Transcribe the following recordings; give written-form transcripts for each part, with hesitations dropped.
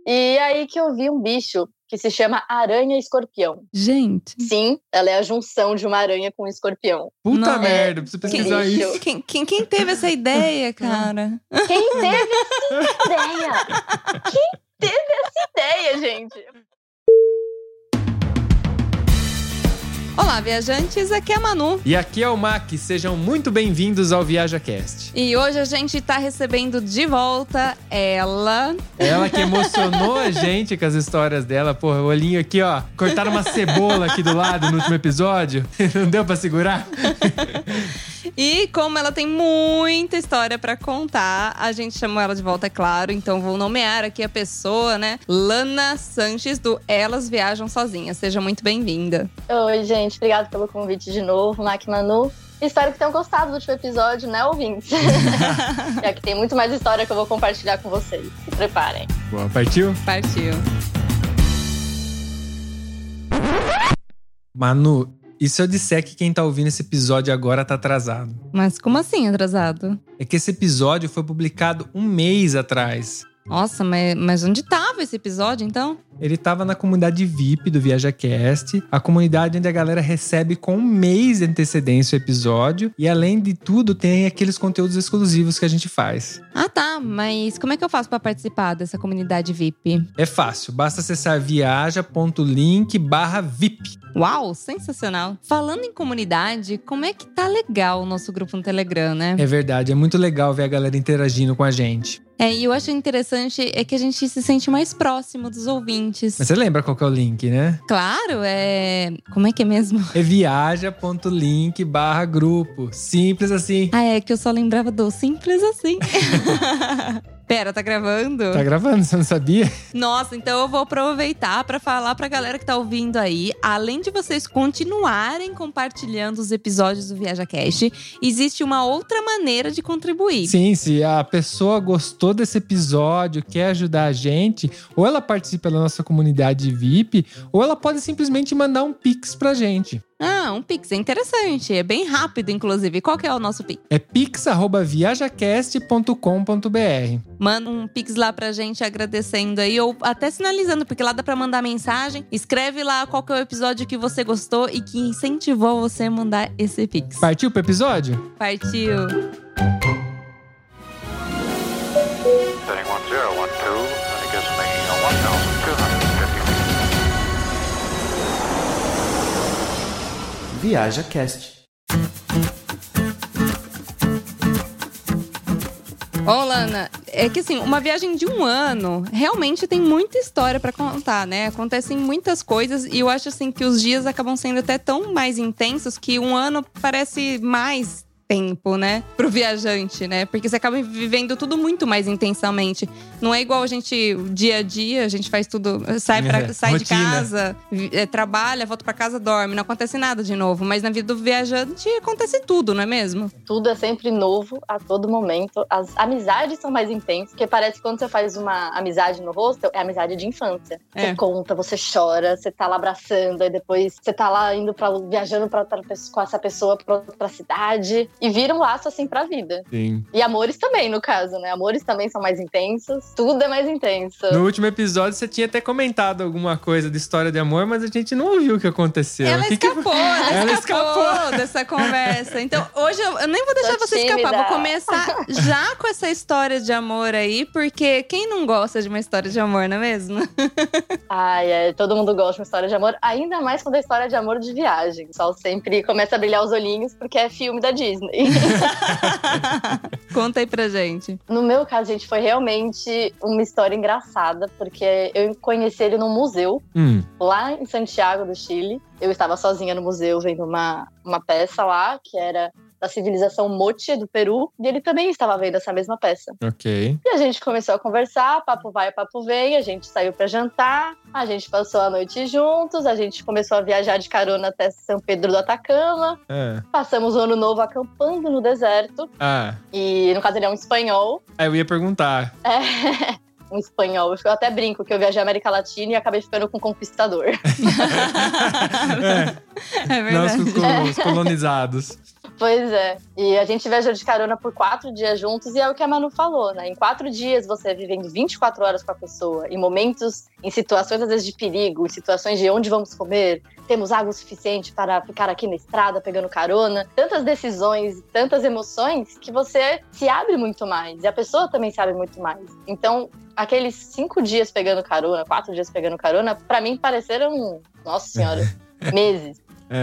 E aí que eu vi um bicho que se chama aranha-escorpião. Gente. Sim, ela é a junção de uma aranha com um escorpião. Puta merda, preciso pesquisar isso. Quem teve essa ideia, cara? Quem teve essa ideia? Quem teve essa ideia, gente? Olá, viajantes, aqui é a Manu. E aqui é o Mac, sejam muito bem-vindos ao ViajaCast. E hoje a gente tá recebendo de volta ela. Ela que emocionou a gente com as histórias dela. Porra, o olhinho aqui, ó. Cortaram uma cebola aqui do lado no último episódio. Não deu pra segurar? E como ela tem muita história pra contar, a gente chamou ela de volta, é claro. Então vou nomear aqui a pessoa, né? Lana Sanches, do Elas Viajam Sozinhas. Seja muito bem-vinda. Oi, gente. Obrigada pelo convite de novo, Mac, Manu. Espero que tenham gostado do último episódio, né, ouvintes? Já que tem muito mais história que eu vou compartilhar com vocês. Se preparem. Boa, partiu? Partiu. Manu, e se eu disser que quem tá ouvindo esse episódio agora tá atrasado? Mas como assim atrasado? É que esse episódio foi publicado um mês atrás. Nossa, mas onde tava esse episódio, então? Ele tava na comunidade VIP do ViajaCast, a comunidade onde a galera recebe com um mês de antecedência o episódio. E além de tudo, tem aqueles conteúdos exclusivos que a gente faz. Ah, tá. Mas como é que eu faço pra participar dessa comunidade VIP? É fácil, basta acessar viaja.link/VIP. Uau, sensacional. Falando em comunidade, como é que tá legal o nosso grupo no Telegram, né? É verdade, é muito legal ver a galera interagindo com a gente. E eu acho interessante é que a gente se sente mais próximo dos ouvintes. Mas você lembra qual que é o link, né? Claro, Como é que é mesmo? É viaja.link/grupo. Simples assim. Ah, é que eu só lembrava do simples assim. Pera, tá gravando? Tá gravando, você não sabia? Nossa, então eu vou aproveitar pra falar pra galera que tá ouvindo aí. Além de vocês continuarem compartilhando os episódios do ViajaCast, existe uma outra maneira de contribuir. Sim, se a pessoa gostou desse episódio, quer ajudar a gente, ou ela participa da nossa comunidade VIP, ou ela pode simplesmente mandar um Pix pra gente. Ah, um Pix é interessante, é bem rápido, inclusive. Qual que é o nosso Pix? É pix@viajacast.com.br. Manda um Pix lá pra gente agradecendo aí, ou até sinalizando, porque lá dá pra mandar mensagem. Escreve lá qual que é o episódio que você gostou e que incentivou você a mandar esse Pix. Partiu pro episódio? Partiu! Setting 1012, that gives me 1,250 feet. ViajaCast. Ô, Lana, é que assim, uma viagem de um ano realmente tem muita história pra contar, né? Acontecem muitas coisas e eu acho assim que os dias acabam sendo até tão mais intensos que um ano parece mais tempo, né? Pro viajante, né? Porque você acaba vivendo tudo muito mais intensamente. Não é igual a gente, dia a dia, a gente faz tudo, sai de casa, trabalha, volta pra casa, dorme. Não acontece nada de novo. Mas na vida do viajante acontece tudo, não é mesmo? Tudo é sempre novo, a todo momento. As amizades são mais intensas, porque parece que quando você faz uma amizade no hostel, é amizade de infância. Você conta, você chora, você tá lá abraçando, aí depois você tá lá viajando com essa pessoa pra outra cidade. E vira um laço assim pra vida. Sim. E amores também, no caso, né? Amores também são mais intensos. Tudo é mais intenso. No último episódio, você tinha até comentado alguma coisa de história de amor, mas a gente não ouviu o que aconteceu. Ela escapou dessa conversa. Então, hoje eu nem vou deixar você escapar. Vou começar já com essa história de amor aí, porque quem não gosta de uma história de amor, não é mesmo? Todo mundo gosta de uma história de amor. Ainda mais quando é história de amor de viagem. O pessoal sempre começa a brilhar os olhinhos, porque é filme da Disney. Conta aí pra gente. No meu caso, gente, foi realmente uma história engraçada, porque eu conheci ele num museu, lá em Santiago do Chile. Eu estava sozinha no museu vendo uma peça lá, que era da civilização Moche do Peru, e ele também estava vendo essa mesma peça. Ok. E a gente começou a conversar, papo vai, papo vem, a gente saiu pra jantar, a gente passou a noite juntos, a gente começou a viajar de carona até São Pedro do Atacama, passamos o ano novo acampando no deserto, e no caso ele é um espanhol. Eu ia perguntar. um espanhol. Eu até brinco que eu viajei a América Latina e acabei ficando com um conquistador. É verdade. Nós, os colonizados. Pois é. E a gente viajou de carona por 4 dias juntos e é o que a Manu falou, né? Em 4 dias você vivendo 24 horas com a pessoa, em momentos, em situações às vezes de perigo, em situações de onde vamos comer, temos água suficiente para ficar aqui na estrada pegando carona. Tantas decisões, tantas emoções que você se abre muito mais e a pessoa também se abre muito mais. Então, aqueles 5 dias pegando carona, 4 dias pegando carona, pra mim pareceram, nossa senhora, meses.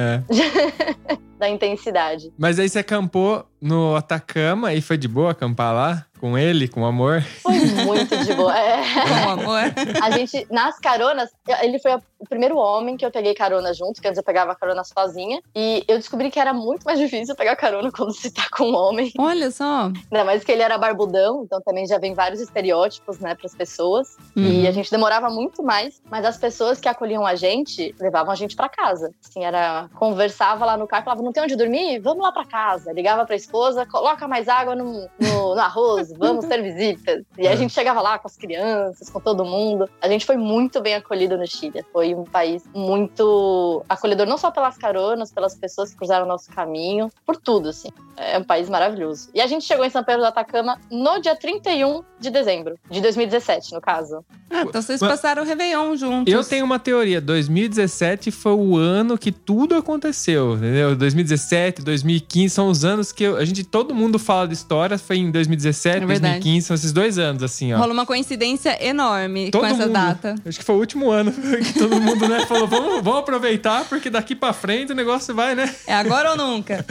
Da intensidade. Mas aí você acampou no Atacama e foi de boa acampar lá? Com ele, com amor? Foi muito de boa. Com amor. A gente, nas caronas, ele foi o primeiro homem que eu peguei carona junto, que antes eu pegava carona sozinha. E eu descobri que era muito mais difícil pegar carona quando você tá com um homem. Olha só. Ainda mais que ele era barbudão, então também já vem vários estereótipos, né, pras pessoas. E a gente demorava muito mais, mas as pessoas que acolhiam a gente, levavam a gente pra casa. Assim, conversava lá no carro, falava, não tem onde dormir? Vamos lá pra casa. Ligava pra esposa, coloca mais água no arroz, vamos ter visitas. E a gente chegava lá com as crianças, com todo mundo. A gente foi muito bem acolhido no Chile. Foi um país muito acolhedor, não só pelas caronas, pelas pessoas que cruzaram o nosso caminho, por tudo, assim. É um país maravilhoso. E a gente chegou em São Pedro do Atacama no dia 31 de dezembro, de 2017, no caso. Então vocês passaram o Réveillon juntos. Eu tenho uma teoria. 2017 foi o ano que tudo aconteceu, entendeu? 2017, 2015 são os anos que todo mundo fala de história. Foi em 2017, 2015, são esses 2 anos, assim, ó. Rola uma coincidência enorme todo com essa mundo, data. Acho que foi o último ano que todo mundo, né, falou, vamos aproveitar, porque daqui pra frente o negócio vai, né? É agora ou nunca?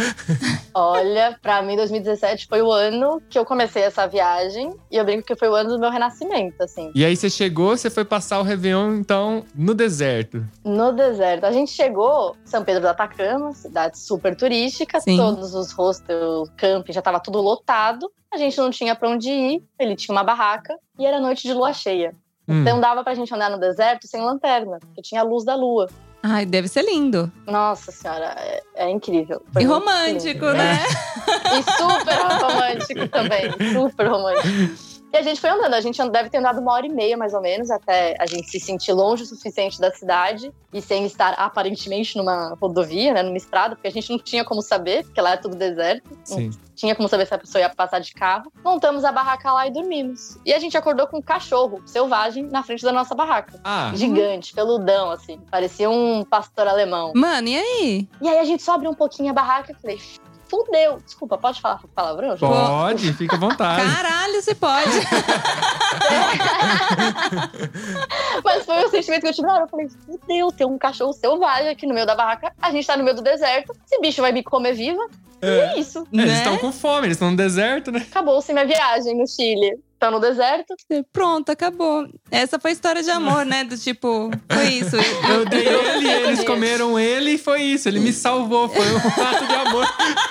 Olha, pra mim 2017 foi o ano que eu comecei essa viagem e eu brinco que foi o ano do meu renascimento, assim. E aí você foi passar o Réveillon, então, no deserto. No deserto. A gente chegou em São Pedro do Atacama, cidade super turística. Sim. Todos os hostels, camping, já tava tudo lotado. A gente não tinha pra onde ir, ele tinha uma barraca e era noite de lua cheia. Então dava pra gente andar no deserto sem lanterna, porque tinha a luz da lua. Ai, deve ser lindo. Nossa senhora, é incrível. Foi e romântico, lindo, né? E super romântico também, super romântico. E a gente foi andando, a gente deve ter andado 1h30 mais ou menos, até a gente se sentir longe o suficiente da cidade e sem estar aparentemente numa rodovia, né, numa estrada, porque a gente não tinha como saber, porque lá é tudo deserto. Sim. Não tinha como saber se a pessoa ia passar de carro. Montamos a barraca lá e dormimos. E a gente acordou com um cachorro selvagem na frente da nossa barraca. Gigante, peludão, assim. Parecia um pastor alemão. Mano, e aí? E aí a gente só abriu um pouquinho a barraca e falei... Fudeu. Desculpa, pode falar palavrão? Pode, fica à vontade. Caralho, você pode. Mas foi o sentimento que eu tive na hora. Eu falei, fudeu, tem um cachorro selvagem aqui no meio da barraca. A gente tá no meio do deserto. Esse bicho vai me comer viva. E é isso. Né? Eles estão com fome, eles estão no deserto, né? Acabou-se minha viagem no Chile. Tá no deserto. Pronto, acabou. Essa foi a história de amor, né? Do tipo, foi isso. Eu dei ele, eles comeram ele e foi isso. Ele me salvou, foi um ato de amor.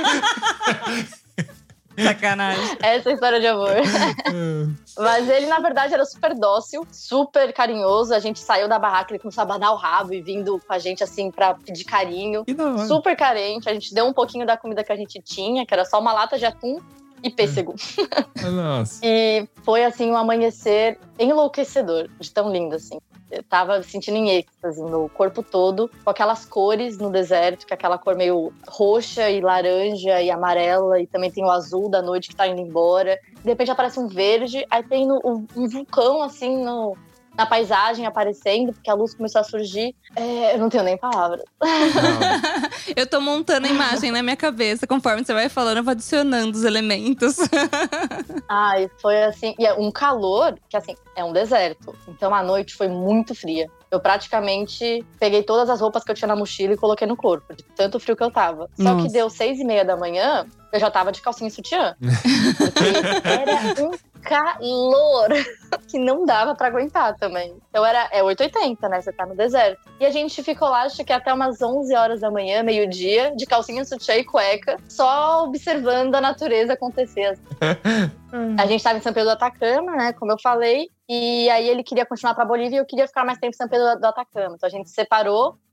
Sacanagem. Essa é a história de amor. Mas ele, na verdade, era super dócil, super carinhoso. A gente saiu da barraca, ele começou a abanar o rabo e vindo com a gente, assim, pra pedir carinho. Super carente. A gente deu um pouquinho da comida que a gente tinha, que era só uma lata de atum e pêssego. Nossa. E foi, assim, um amanhecer enlouquecedor, de tão lindo, assim. Eu tava sentindo em êxtase no corpo todo, com aquelas cores no deserto, que é aquela cor meio roxa e laranja e amarela, e também tem o azul da noite que tá indo embora. De repente aparece um verde, aí tem um vulcão, assim, na paisagem aparecendo, porque a luz começou a surgir. Eu não tenho nem palavras. Eu tô montando a imagem na minha cabeça. Conforme você vai falando, eu vou adicionando os elementos. Ai, foi assim... E é um calor, que assim, é um deserto. Então a noite foi muito fria. Eu praticamente peguei todas as roupas que eu tinha na mochila e coloquei no corpo, de tanto frio que eu tava. Só que deu 6h30 da manhã, eu já tava de calcinha e sutiã. Porque era um calor que não dava pra aguentar também. Então é 880, né? Você tá no deserto. E a gente ficou lá, acho que até umas 11 horas da manhã, meio-dia, de calcinha, sutiã e cueca, só observando a natureza acontecer. A gente tava em São Pedro do Atacama, né? Como eu falei. E aí ele queria continuar pra Bolívia e eu queria ficar mais tempo em São Pedro do Atacama. Então a gente separou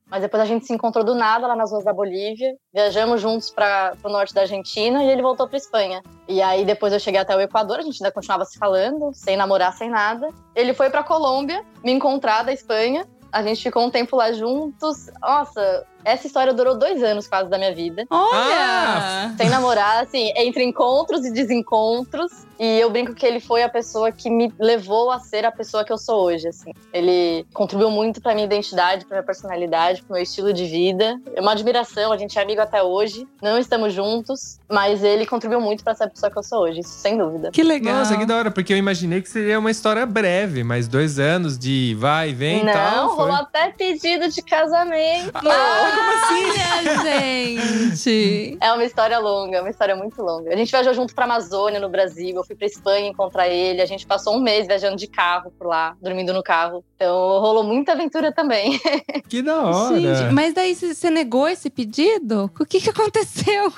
Mas depois a gente se encontrou do nada lá nas ruas da Bolívia. Viajamos juntos pro norte da Argentina e ele voltou pra Espanha. E aí depois eu cheguei até o Equador, a gente ainda continuava se falando, sem namorar, sem nada. Ele foi pra Colômbia me encontrar da Espanha. A gente ficou um tempo lá juntos. Nossa, essa história durou 2 anos quase da minha vida. Olha! Sem namorar, assim, entre encontros e desencontros. E eu brinco que ele foi a pessoa que me levou a ser a pessoa que eu sou hoje, assim. Ele contribuiu muito pra minha identidade, pra minha personalidade, pro meu estilo de vida. É uma admiração, a gente é amigo até hoje. Não estamos juntos, mas ele contribuiu muito pra ser a pessoa que eu sou hoje, isso sem dúvida. Que legal! Nossa, que da hora, porque eu imaginei que seria uma história breve, mas 2 anos de vai e vem e tal. Não, rolou até pedido de casamento. Como assim? Olha, gente! É uma história longa, uma história muito longa. A gente viajou junto pra Amazônia, no Brasil. Eu fui pra Espanha encontrar ele. A gente passou 1 mês viajando de carro por lá, dormindo no carro. Então, rolou muita aventura também. Que da hora! Gente, mas daí você negou esse pedido? O que aconteceu?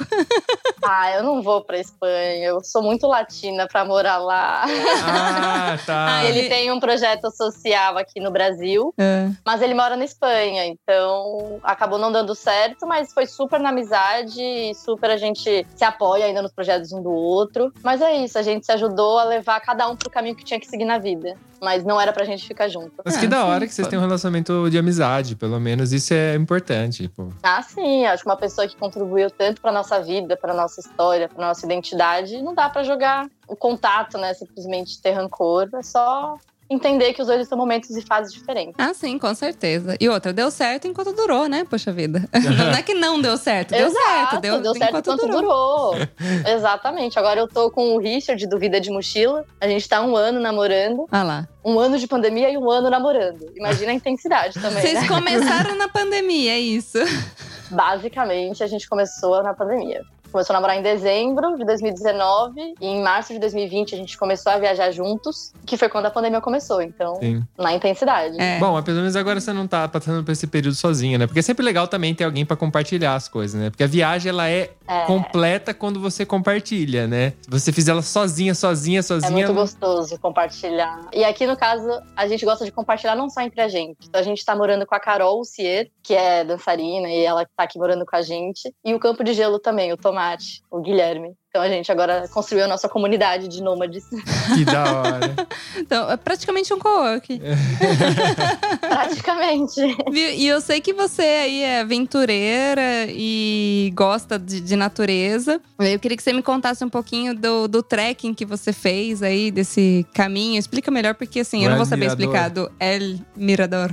Eu não vou pra Espanha. Eu sou muito latina pra morar lá. Ah, tá. Ele tem um projeto social aqui no Brasil, mas ele mora na Espanha. Então, acabou não dando certo, mas foi super na amizade, super a gente se apoia ainda nos projetos um do outro. Mas é isso, a gente se ajudou a levar cada um pro caminho que tinha que seguir na vida. Mas não era pra gente ficar junto. Mas que da hora que vocês têm um relacionamento de amizade, pelo menos isso é importante, pô. Sim, acho que uma pessoa que contribuiu tanto pra nossa vida, pra nossa história, pra nossa identidade, não dá pra jogar o contato, né? Simplesmente ter rancor, é só entender que os dois estão em momentos e fases diferentes. Sim, com certeza. E outra, deu certo enquanto durou, né? Poxa vida. Não é que não deu certo, deu certo. Deu certo enquanto durou. Exatamente. Agora eu tô com o Richard do Vida de Mochila. A gente tá 1 ano namorando. Ah lá. 1 ano de pandemia e 1 ano namorando. Imagina a intensidade também, Vocês né? começaram na pandemia, é isso? Basicamente, a gente começou na pandemia. Começou a namorar em dezembro de 2019 e em março de 2020 a gente começou a viajar juntos, que foi quando a pandemia começou, então, Sim. Na intensidade. Bom, mas pelo menos agora você não tá passando por esse período sozinha, né? Porque é sempre legal também ter alguém pra compartilhar as coisas, né? Porque a viagem, ela é completa quando você compartilha, né? Se você fizer ela sozinha. É muito gostoso compartilhar. E aqui, no caso, a gente gosta de compartilhar não só entre a gente. Então, a gente tá morando com a Carol Cier, que é dançarina, e ela tá aqui morando com a gente. E o Campo de Gelo também, o Tomate, o Guilherme. Então a gente agora construiu a nossa comunidade de nômades. Que da hora. Então, é praticamente um co-work. Praticamente. E eu sei que você aí é aventureira e gosta de natureza. Eu queria que você me contasse um pouquinho do trekking que você fez aí, desse caminho. Explica melhor, porque assim, eu não vou saber explicar do El Mirador.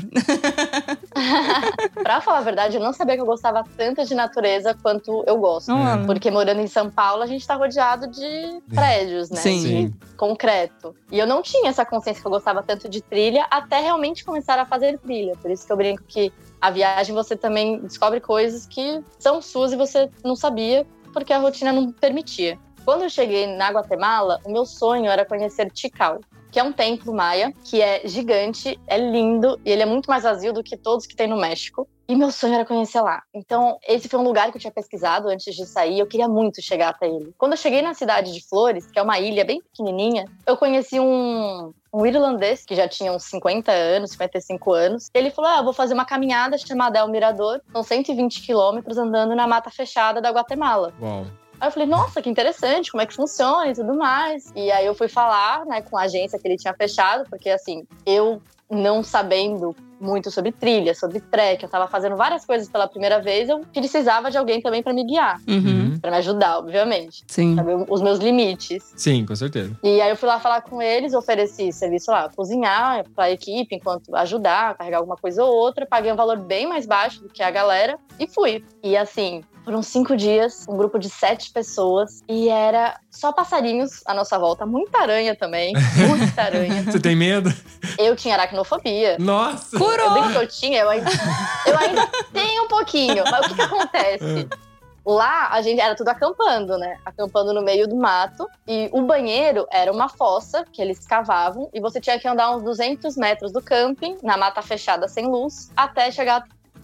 Pra falar a verdade, eu não sabia que eu gostava tanto de natureza quanto eu gosto. Porque morando em São Paulo, a gente tá rodeado de prédios, né? Sim. De concreto. E eu não tinha essa consciência que eu gostava tanto de trilha até realmente começar a fazer trilha. Por isso que eu brinco que a viagem você também descobre coisas que são suas e você não sabia porque a rotina não permitia. Quando eu cheguei na Guatemala, o meu sonho era conhecer Tikal, que é um templo maia, que é gigante, é lindo e ele é muito mais vazio do que todos que tem no México. E meu sonho era conhecer lá. Então, esse foi um lugar que eu tinha pesquisado antes de sair. Eu queria muito chegar até ele. Quando eu cheguei na cidade de Flores, que é uma ilha bem pequenininha, eu conheci um irlandês que já tinha uns 50 anos, 55 anos. Ele falou, eu vou fazer uma caminhada chamada El Mirador. São 120 quilômetros andando na mata fechada da Guatemala. Uau. Aí eu falei, nossa, que interessante, como é que funciona e tudo mais. E aí eu fui falar, né, com a agência que ele tinha fechado, porque assim, eu não sabendo muito sobre trilha, sobre trek, eu tava fazendo várias coisas pela primeira vez, eu precisava de alguém também pra me guiar. Pra me ajudar, obviamente. Sim. Saber os meus limites. Sim, com certeza. E aí eu fui lá falar com eles, ofereci serviço lá, cozinhar pra equipe, enquanto ajudar, carregar alguma coisa ou outra, paguei um valor bem mais baixo do que a galera e fui. E assim, foram 5 dias, um grupo de 7 pessoas e era só passarinhos à nossa volta, muita aranha também, muita aranha. Você tem medo? Eu tinha aracnofobia. Nossa! Eu bem que eu tinha, eu ainda tenho um pouquinho. Mas o que acontece? Lá, a gente era tudo acampando, né? Acampando no meio do mato. E o banheiro era uma fossa que eles cavavam. E você tinha que andar uns 200 metros do camping, na mata fechada sem luz, até chegar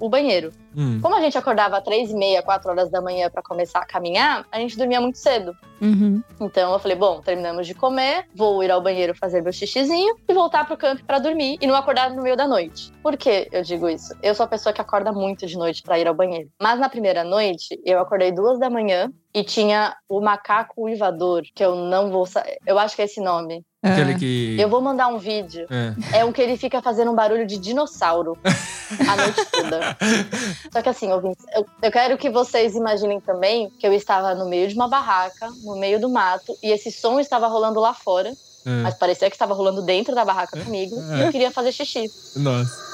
o banheiro. Como a gente acordava 3h30, 4 horas da manhã pra começar a caminhar, a gente dormia muito cedo. Então eu falei, bom, terminamos de comer, vou ir ao banheiro fazer meu xixizinho e voltar pro camp pra dormir e não acordar no meio da noite. Por que eu digo isso? Eu sou a pessoa que acorda muito de noite pra ir ao banheiro. Mas na primeira noite, eu acordei 2 da manhã e tinha o macaco uivador, que eu não vou... Eu acho que é esse nome. Aquele que... Eu vou mandar um vídeo. É um que ele fica fazendo um barulho de dinossauro a noite toda. Só que assim, ouvintes, eu quero que vocês imaginem também que eu estava no meio de uma barraca, no meio do mato, e esse som estava rolando lá fora, mas parecia que estava rolando dentro da barraca comigo, e eu queria fazer xixi. Nossa.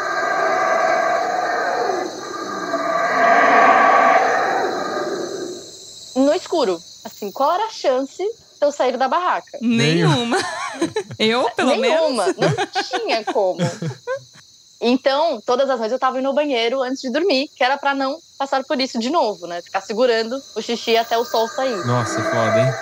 No escuro. Assim, qual era a chance de eu sair da barraca? Nenhuma. Eu, pelo menos. Nenhuma. Não tinha como. Então, todas as noites eu tava indo ao banheiro antes de dormir, que era pra não passar por isso de novo, né? Ficar segurando o xixi até o sol sair. Nossa, foda, hein?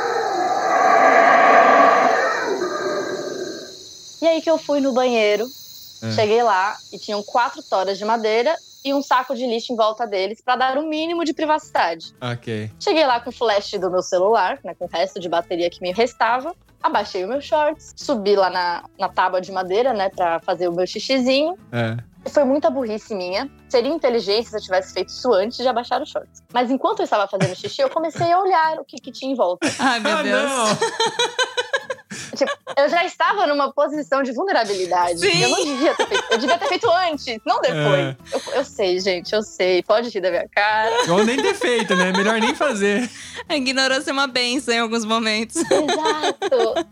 E aí que eu fui no banheiro, cheguei lá e tinham 4 toras de madeira e um saco de lixo em volta deles pra dar um mínimo de privacidade. Ok. Cheguei lá com o flash do meu celular, né, com o resto de bateria que me restava, abaixei o meu shorts, subi lá na tábua de madeira, né, pra fazer o meu xixizinho. Foi muita burrice minha. Seria inteligente se eu tivesse feito isso antes de abaixar os shorts. Mas enquanto eu estava fazendo xixi, eu comecei a olhar o que tinha em volta. Ai, meu Deus. Tipo, eu já estava numa posição de vulnerabilidade. Sim. Eu não devia ter feito. Eu devia ter feito antes, não depois. Eu sei, gente, eu sei. Pode rir da minha cara. Ou nem ter feito, né? Melhor nem fazer. A ignorância é uma benção em alguns momentos. Exato.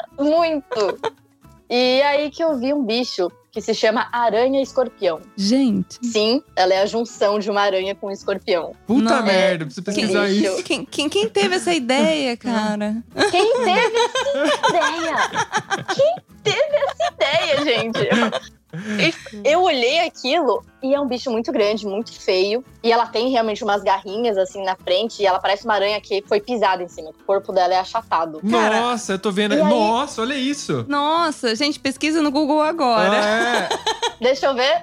Muito. E aí que eu vi um bicho que se chama aranha-escorpião. Gente. Sim, ela é a junção de uma aranha com um escorpião. Puta merda, preciso pesquisar isso. Quem teve essa ideia, cara? Quem teve essa ideia? Quem teve essa ideia, gente? Eu olhei aquilo e é um bicho muito grande, muito feio. E ela tem realmente umas garrinhas assim na frente. E ela parece uma aranha que foi pisada em cima. O corpo dela é achatado. Nossa, eu tô vendo. Nossa, olha isso. Nossa, gente, pesquisa no Google agora. Deixa eu ver.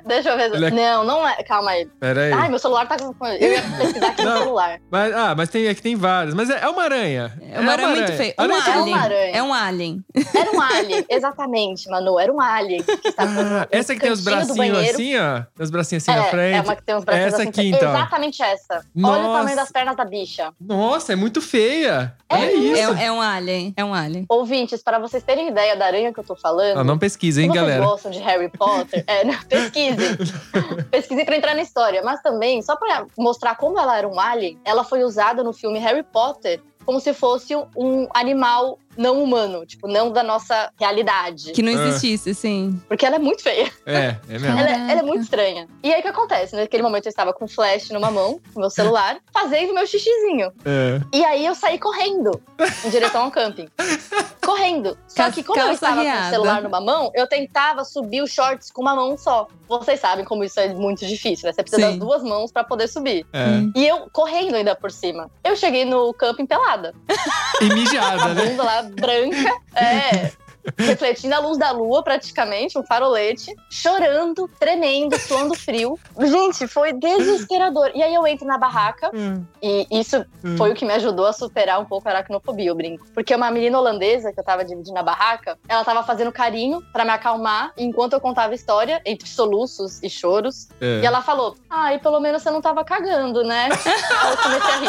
Não é. Calma aí. Pera aí. Ai, meu celular tá com... Eu ia pesquisar aqui no celular. Mas aqui tem várias. Mas é uma aranha. É uma aranha muito feia. É um alien. Era um alien, exatamente, Manu. Era um alien que estava essa que tem os bracinhos assim, ó. Os bracinhos assim na frente. É uma que tem os bracinhos essa assim. Aqui, então. Exatamente essa. Nossa. Olha o tamanho das pernas da bicha. Nossa, é muito feia. Olha isso. É um alien. É um alien. Ouvintes, para vocês terem ideia da aranha que eu tô falando... Não pesquisem, hein, galera. Se vocês gostam de Harry Potter, pesquisem. Pesquisem pra entrar na história. Mas também, só pra mostrar como ela era um alien, ela foi usada no filme Harry Potter como se fosse um animal não humano, tipo, não da nossa realidade. Que não existisse, sim. Porque ela é muito feia. É mesmo. Ela é muito estranha. E aí o que acontece? Naquele momento eu estava com flash numa mão, com meu celular, fazendo meu xixizinho. E aí eu saí correndo em direção ao camping. Correndo. Só que como eu estava com o celular numa mão, eu tentava subir os shorts com uma mão só. Vocês sabem como isso é muito difícil, né? Você precisa das 2 mãos pra poder subir. E eu correndo ainda por cima. Eu cheguei no camping pelada. E mijada, né? A bunda lá branca, refletindo a luz da lua praticamente, um farolete, chorando, tremendo, suando frio. Gente, foi desesperador. E aí eu entro na barraca e isso foi o que me ajudou a superar um pouco a aracnofobia, eu brinco. Porque uma menina holandesa que eu tava dividindo a barraca, ela tava fazendo carinho pra me acalmar enquanto eu contava a história, entre soluços e choros. E ela falou, e pelo menos você não tava cagando, né? Aí eu comecei a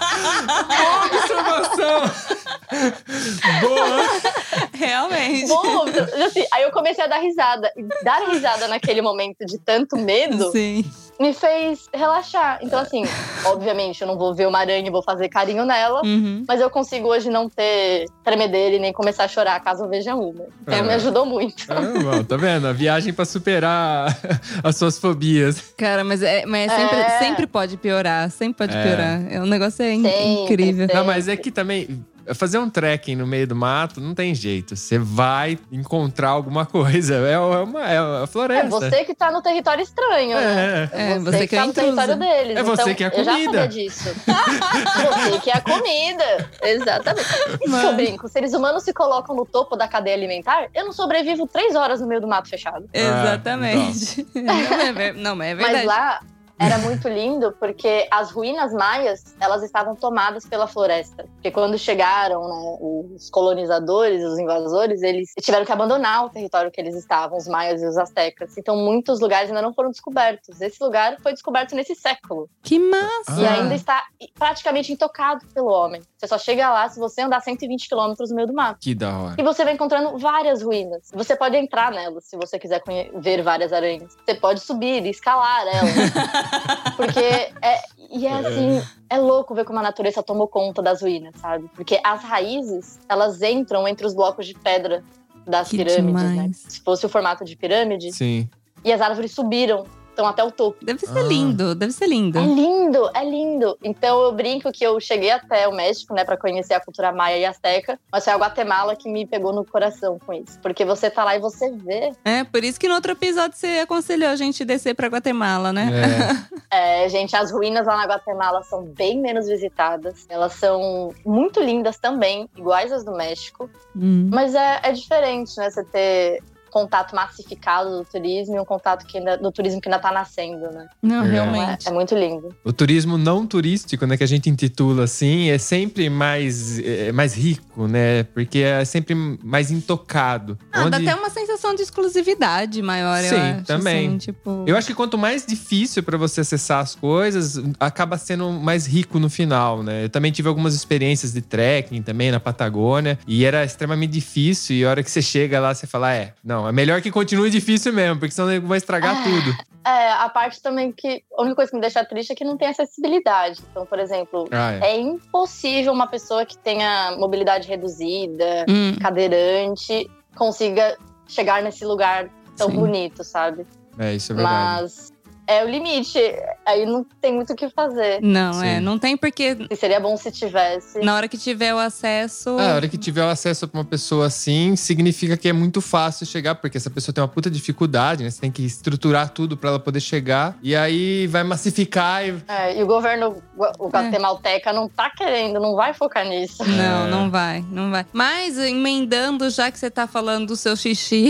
rir. Observação! Boa! Realmente. Bom, assim, aí eu comecei a dar risada. E dar risada naquele momento de tanto medo me fez relaxar. Então, assim, obviamente, eu não vou ver uma aranha e vou fazer carinho nela. Mas eu consigo hoje não ter tremedeira e nem começar a chorar caso eu veja uma. Então, me ajudou muito. Tá vendo? A viagem pra superar as suas fobias. Cara, mas sempre pode piorar. Sempre pode piorar. O negócio é incrível. Não, mas é que também... fazer um trekking no meio do mato não tem jeito. Você vai encontrar alguma coisa. É a floresta. É você que tá no território estranho, né? É você que tá no território deles. É você que é a comida. Eu já sabia disso. Você que é a comida. Exatamente. Isso que eu brinco. Seres humanos se colocam no topo da cadeia alimentar, eu não sobrevivo 3 horas no meio do mato fechado. Exatamente. Não, é verdade. Mas lá era muito lindo porque as ruínas maias, elas estavam tomadas pela floresta. Porque quando chegaram, né, os colonizadores, os invasores, eles tiveram que abandonar o território que eles estavam, os maias e os astecas. Então muitos lugares ainda não foram descobertos. Esse lugar foi descoberto nesse século. Que massa! E ainda está praticamente intocado pelo homem. Você só chega lá se você andar 120 quilômetros no meio do mato. Que da hora. E você vai encontrando várias ruínas. Você pode entrar nelas se você quiser ver várias aranhas. Você pode subir e escalar elas. Porque assim, é louco ver como a natureza tomou conta das ruínas, sabe? Porque as raízes, elas entram entre os blocos de pedra das pirâmides, né? Se fosse o formato de pirâmide. Sim. E as árvores subiram. Então até o topo. Deve ser lindo, deve ser lindo. É lindo. Então eu brinco que eu cheguei até o México, né, pra conhecer a cultura maia e asteca, mas foi a Guatemala que me pegou no coração com isso. Porque você tá lá e você vê. Por isso que no outro episódio você aconselhou a gente descer pra Guatemala, né? Gente, as ruínas lá na Guatemala são bem menos visitadas. Elas são muito lindas também, iguais às do México. Mas é diferente, né, você ter contato massificado do turismo e um contato do turismo que ainda tá nascendo, né? Não, realmente. É muito lindo. O turismo não turístico, né, que a gente intitula assim, é sempre mais rico, né? Porque é sempre mais intocado. Dá até uma sensação de exclusividade maior, eu acho. Sim, também. Assim, tipo... Eu acho que quanto mais difícil pra você acessar as coisas, acaba sendo mais rico no final, né? Eu também tive algumas experiências de trekking também na Patagônia e era extremamente difícil e a hora que você chega lá, você fala, não, é melhor que continue difícil mesmo, porque senão vai estragar tudo. A parte também que… A única coisa que me deixa triste é que não tem acessibilidade. Então, por exemplo, é impossível uma pessoa que tenha mobilidade reduzida, cadeirante, consiga chegar nesse lugar tão bonito, sabe? Isso é verdade. Mas… é o limite. Aí não tem muito o que fazer. Não, não tem porque… E seria bom se tivesse. Na hora que tiver o acesso… Na hora que tiver o acesso pra uma pessoa assim, significa que é muito fácil chegar, porque essa pessoa tem uma puta dificuldade, né? Você tem que estruturar tudo pra ela poder chegar. E aí vai massificar e… e o governo, o guatemalteca não tá querendo, não vai focar nisso. Não vai. Mas, emendando, já que você tá falando do seu xixi…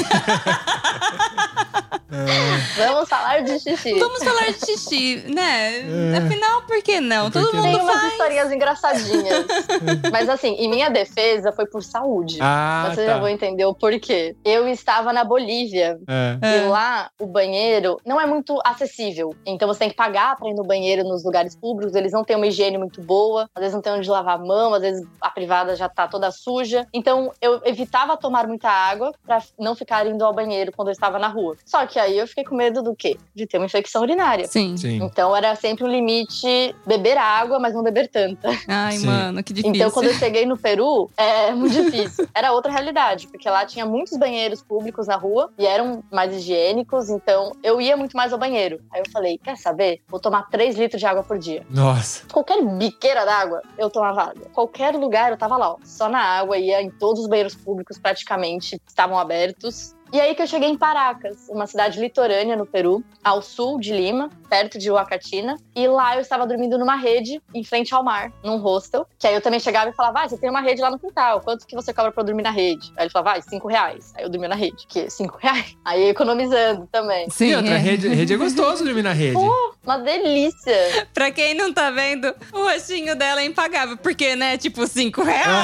Vamos falar de xixi. Vamos falar de xixi, né? Afinal, por que não? Todo mundo tem umas faz. historinhas engraçadinhas. Mas assim, em minha defesa foi por saúde. Vocês já vão entender o porquê. Eu estava na Bolívia. E lá, o banheiro não é muito acessível. Então você tem que pagar pra ir no banheiro nos lugares públicos. Eles não têm uma higiene muito boa. Às vezes não tem onde lavar a mão. Às vezes a privada já tá toda suja. Então eu evitava tomar muita água pra não ficar indo ao banheiro quando eu estava na rua. Só que aí eu fiquei com medo do quê? De ter uma infecção urinária. Sim. Então era sempre um limite beber água, mas não beber tanta. Ai, mano, que difícil. Então quando eu cheguei no Peru, é muito difícil. Era outra realidade, porque lá tinha muitos banheiros públicos na rua e eram mais higiênicos, então eu ia muito mais ao banheiro. Aí eu falei, quer saber? Vou tomar 3 litros de água por dia. Nossa. Qualquer biqueira d'água, eu tomava água. Qualquer lugar, eu tava lá, só na água, ia em todos os banheiros públicos praticamente, estavam abertos. E aí que eu cheguei em Paracas, uma cidade litorânea no Peru, ao sul de Lima, perto de Huacatina. E lá eu estava dormindo numa rede, em frente ao mar, num hostel. Que aí eu também chegava e falava, você tem uma rede lá no quintal, quanto que você cobra pra eu dormir na rede? Aí ele falava, R$5. Aí eu dormia na rede, que R$5? Aí economizando também. Sim, e outra, rede é gostoso dormir na rede. Uma delícia. Pra quem não tá vendo, o rostinho dela é impagável, porque, né, tipo, R$5.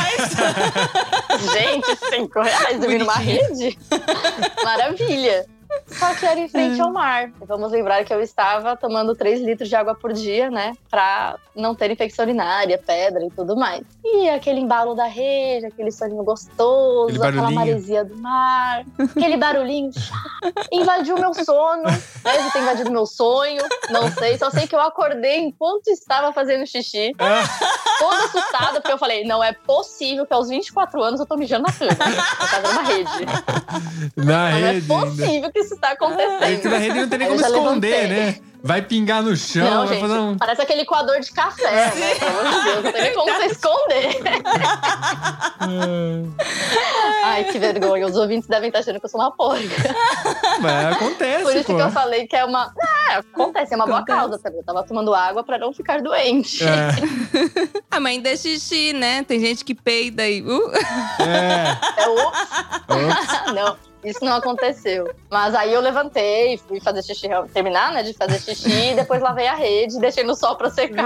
Gente, R$5 dormir numa rede? Maravilha! Só que era em frente ao mar. Vamos lembrar que eu estava tomando 3 litros de água por dia, né? Pra não ter infecção urinária, pedra e tudo mais. E aquele embalo da rede, aquele soninho gostoso, aquela maresia do mar, aquele barulhinho invadiu meu sono. Deve ter invadido meu sonho, não sei. Só sei que eu acordei enquanto estava fazendo xixi. Toda assustada, porque eu falei, não é possível que aos 24 anos eu tô mijando na cama. Eu tava numa rede. Na rede. Não é possível que isso tá acontecendo. É que na rede não tem nem como esconder, né? Vai pingar no chão. Não, vai gente, fazer um... parece aquele coador de café, né? Pelo amor de Deus, não tem nem como você esconder. Ai, que vergonha. Os ouvintes devem estar achando que eu sou uma porca. Mas acontece, Por isso pô. que eu falei que é uma... acontece, é uma boa causa também. Eu tava tomando água pra não ficar doente. A mãe dá xixi, né? Tem gente que peida e… Ops. Não, isso não aconteceu. Mas aí eu levantei, fui fazer xixi, terminar, né, de fazer xixi. Depois lavei a rede e deixei no sol pra secar.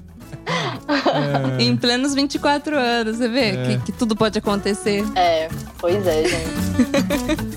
Em plenos 24 anos, você vê que tudo pode acontecer. Pois é, gente.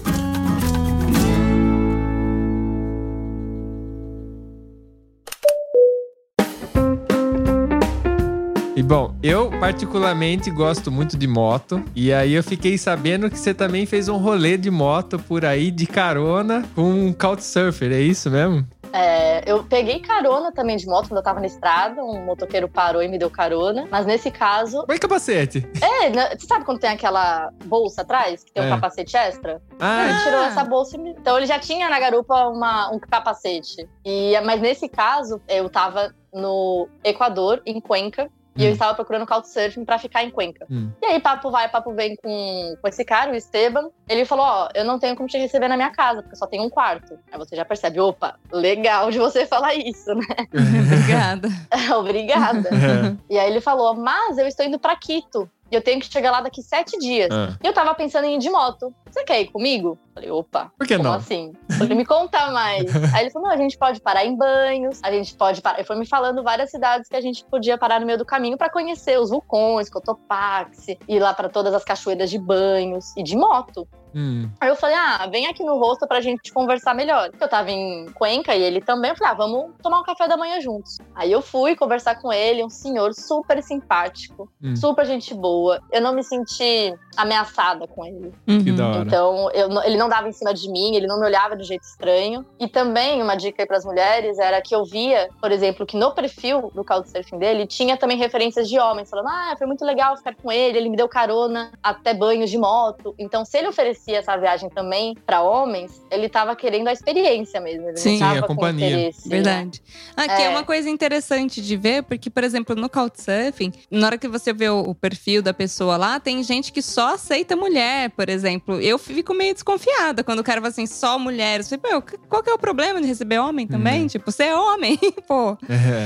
E bom, eu particularmente gosto muito de moto. E aí eu fiquei sabendo que você também fez um rolê de moto por aí, de carona, com um Couchsurfer, é isso mesmo? Eu peguei carona também de moto quando eu tava na estrada. Um motoqueiro parou e me deu carona. Mas nesse caso… Põe capacete. Você sabe quando tem aquela bolsa atrás? Que tem um capacete extra? Ele tirou essa bolsa e me… Então ele já tinha na garupa um capacete. Mas nesse caso, eu tava no Equador, em Cuenca. E eu estava procurando Couchsurfing pra ficar em Cuenca. E aí, papo vai, papo vem com esse cara, o Esteban. Ele falou, eu não tenho como te receber na minha casa, porque só tem um quarto. Aí você já percebe, opa, legal de você falar isso, né? Obrigada. Obrigada. E aí ele falou, mas eu estou indo pra Quito. E eu tenho que chegar lá daqui 7 dias. E eu tava pensando em ir de moto. Você quer ir comigo? Falei, opa, por que como não? assim? Falei, me conta mais. Aí ele falou, não, a gente pode parar em Banhos, a gente pode parar… Ele foi me falando várias cidades que a gente podia parar no meio do caminho pra conhecer os vulcões, Cotopaxi, ir lá pra todas as cachoeiras de Banhos e de moto. Aí eu falei, vem aqui no hostel pra gente conversar melhor. Eu tava em Cuenca e ele também. Eu falei, vamos tomar um café da manhã juntos. Aí eu fui conversar com ele, um senhor super simpático, super gente boa. Eu não me senti ameaçada com ele. Que da hora. Então, ele não dava em cima de mim, ele não me olhava de jeito estranho. E também, uma dica aí pras mulheres era que eu via, por exemplo, que no perfil do Couchsurfing dele tinha também referências de homens, falando, foi muito legal ficar com ele me deu carona até Banhos de moto. Então, se ele oferecia essa viagem também pra homens, ele tava querendo a experiência mesmo. Ele não tava a companhia. Com interesse, verdade. Aqui é uma coisa interessante de ver, porque, por exemplo, no Couchsurfing, na hora que você vê o perfil da pessoa lá, tem gente que só aceita mulher, por exemplo. Eu fico meio desconfiada quando o cara fala assim, só mulheres. Eu falei, qual que é o problema de receber homem também? Tipo, você é homem, pô.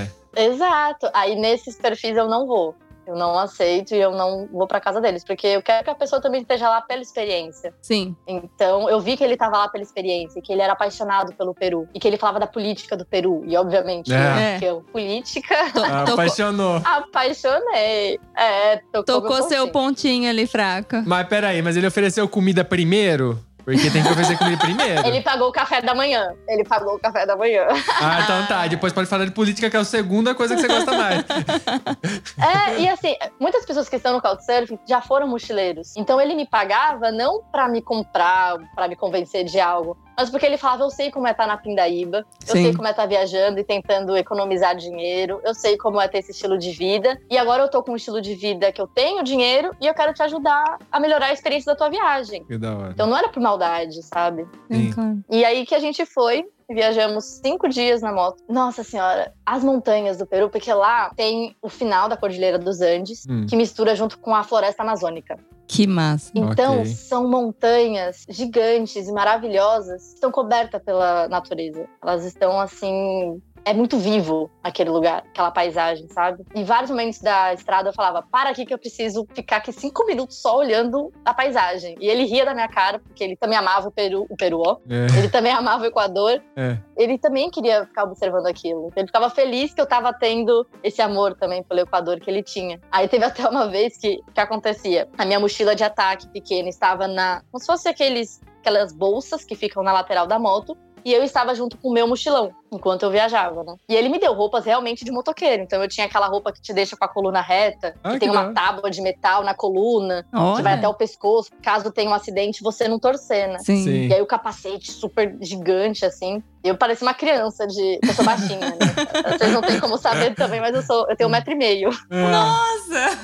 Exato. Aí nesses perfis eu não vou. Eu não aceito e eu não vou pra casa deles. Porque eu quero que a pessoa também esteja lá pela experiência. Sim. Então, eu vi que ele tava lá pela experiência. Que ele era apaixonado pelo Peru. E que ele falava da política do Peru. E, obviamente, política… Apaixonou. Apaixonei. Tocou seu pontinho ali, fraca. Mas peraí, mas ele ofereceu comida primeiro? Porque tem que oferecer comida primeiro. Ele pagou o café da manhã. Então tá. Depois pode falar de política, que é a segunda coisa que você gosta mais. E assim, muitas pessoas que estão no Couchsurfing já foram mochileiros. Então ele me pagava não pra me comprar, pra me convencer de algo, mas porque ele falava, eu sei como é estar na pindaíba, eu sei como é estar viajando e tentando economizar dinheiro, eu sei como é ter esse estilo de vida, e agora eu tô com um estilo de vida que eu tenho dinheiro e eu quero te ajudar a melhorar a experiência da tua viagem. Que da hora. Então não era por maldade, sabe? Sim. E aí que a gente foi, viajamos 5 dias na moto. Nossa senhora, as montanhas do Peru, porque lá tem o final da Cordilheira dos Andes, que mistura junto com a floresta amazônica. Que massa. Então, são montanhas gigantes e maravilhosas que estão cobertas pela natureza. Elas estão, assim… É muito vivo aquele lugar, aquela paisagem, sabe? Em vários momentos da estrada eu falava, para aqui que eu preciso ficar aqui 5 minutos só olhando a paisagem. E ele ria da minha cara, porque ele também amava o Peru, Ele também amava o Equador. Ele também queria ficar observando aquilo. Então, ele ficava feliz que eu tava tendo esse amor também pelo Equador que ele tinha. Aí teve até uma vez que acontecia. A minha mochila de ataque pequena estava como se fosse aquelas bolsas que ficam na lateral da moto. E eu estava junto com o meu mochilão, enquanto eu viajava, né? E ele me deu roupas realmente de motoqueiro. Então eu tinha aquela roupa que te deixa com a coluna reta, que tem uma tábua de metal na coluna, que vai até o pescoço. Caso tenha um acidente, você não torcer, né? Sim. E aí o capacete super gigante, assim. Eu pareço uma criança eu sou baixinha, né? Vocês não têm como saber também, mas eu tenho 1,5 m. Nossa!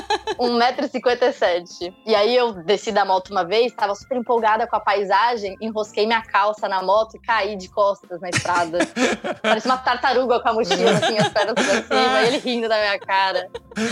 1,57 m. E aí eu desci da moto uma vez, tava super empolgada com a paisagem, enrosquei minha calça na moto e caí de costas na estrada. Parecia uma tartaruga com a mochila, assim, as pernas pra cima, e ele rindo da minha cara.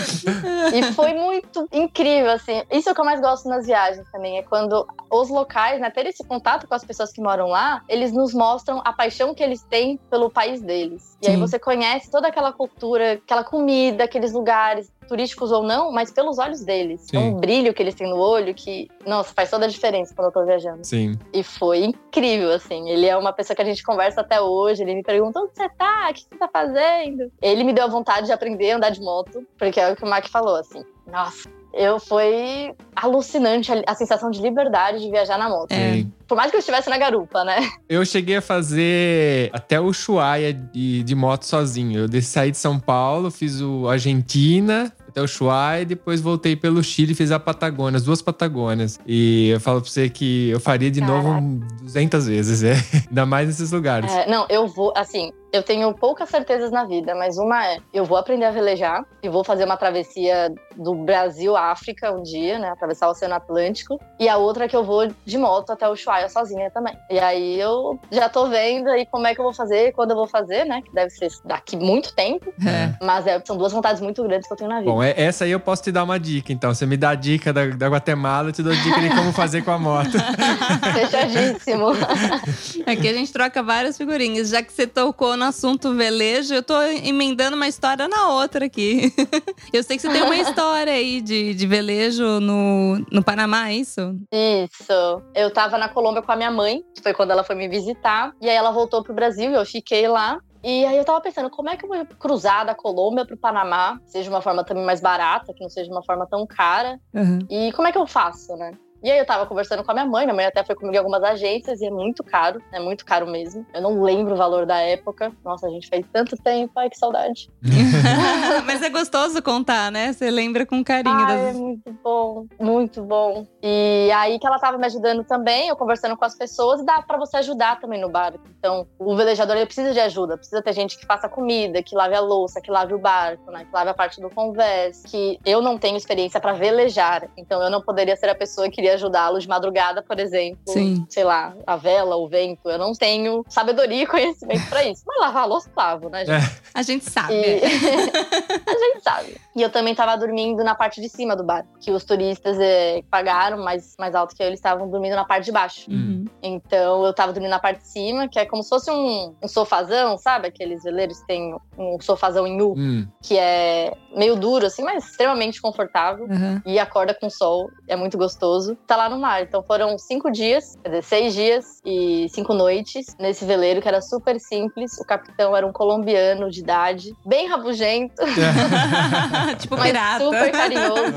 E foi muito incrível, assim. Isso é o que eu mais gosto nas viagens também, é quando os locais, né, ter esse contato com as pessoas que moram lá, eles nos mostram a paixão que eles têm pelo país deles. E aí você conhece toda aquela cultura, aquela comida, aqueles lugares, turísticos ou não, mas pelos olhos deles. É um brilho que eles têm no olho que, nossa, faz toda a diferença quando eu tô viajando. Sim. E foi incrível, assim. Ele é uma pessoa que a gente conversa até hoje, ele me pergunta, onde você tá? O que você tá fazendo? Ele me deu a vontade de aprender a andar de moto, porque é o que o Mac falou, assim. Nossa, foi alucinante a sensação de liberdade de viajar na moto. Por mais que eu estivesse na garupa, né? Eu cheguei a fazer até o Ushuaia de moto sozinho. Eu saí de São Paulo, fiz o Argentina até o Ushuaia e depois voltei pelo Chile e fiz a Patagônia, as 2 Patagônias. E eu falo pra você que eu faria de novo 200 vezes, ainda mais nesses lugares. Não, eu vou, assim, eu tenho poucas certezas na vida, mas uma eu vou aprender a velejar e vou fazer uma travessia do Brasil à África um dia, né? Atravessar o Oceano Atlântico. E a outra é que eu vou de moto até o Ushuaia sozinha também. E aí eu já tô vendo aí como é que eu vou fazer, quando eu vou fazer, né? Que deve ser daqui muito tempo. Mas são 2 vontades muito grandes que eu tenho na vida. Bom, essa aí eu posso te dar uma dica, então. Você me dá a dica da Guatemala, eu te dou a dica de como fazer com a moto. Fechadíssimo. Aqui a gente troca várias figurinhas. Já que você tocou no assunto velejo, eu tô emendando uma história na outra aqui. Eu sei que você tem uma história aí de velejo no Panamá, é isso? Isso. Eu tava na Colômbia com a minha mãe, que foi quando ela foi me visitar. E aí ela voltou pro Brasil e eu fiquei lá. E aí eu tava pensando, como é que eu vou cruzar da Colômbia pro Panamá? Seja uma forma também mais barata, que não seja uma forma tão cara. E como é que eu faço, né? E aí eu tava conversando com a minha mãe até foi comigo em algumas agências e é muito caro mesmo. Eu não lembro o valor da época. Nossa, a gente fez tanto tempo, ai que saudade. Mas é gostoso contar, né? Você lembra com carinho. É muito bom, muito bom. E aí que ela tava me ajudando também, eu conversando com as pessoas, e dá pra você ajudar também no barco. Então, o velejador, ele precisa de ajuda, precisa ter gente que faça comida, que lave a louça, que lave o barco, né? Que lave a parte do convés, que eu não tenho experiência pra velejar, então eu não poderia ser a pessoa que iria ajudá-lo de madrugada, por exemplo. Sim. Sei lá, a vela, o vento. Eu não tenho sabedoria e conhecimento pra isso. Mas lavar a louça, lavo, né, gente? A gente sabe. A gente sabe. E eu também tava dormindo na parte de cima do barco, que os turistas pagaram mais alto que eu, eles estavam dormindo na parte de baixo. Então eu tava dormindo na parte de cima, que é como se fosse um sofazão, sabe? Aqueles veleiros que tem um sofazão em U, que é meio duro, assim, mas extremamente confortável. E acorda com sol, é muito gostoso. Tá lá no mar. Então foram 5 dias, quer dizer, 6 dias e 5 noites nesse veleiro, que era super simples. O capitão era um colombiano de idade, bem rabugento. Tipo mas pirata. super carinhoso.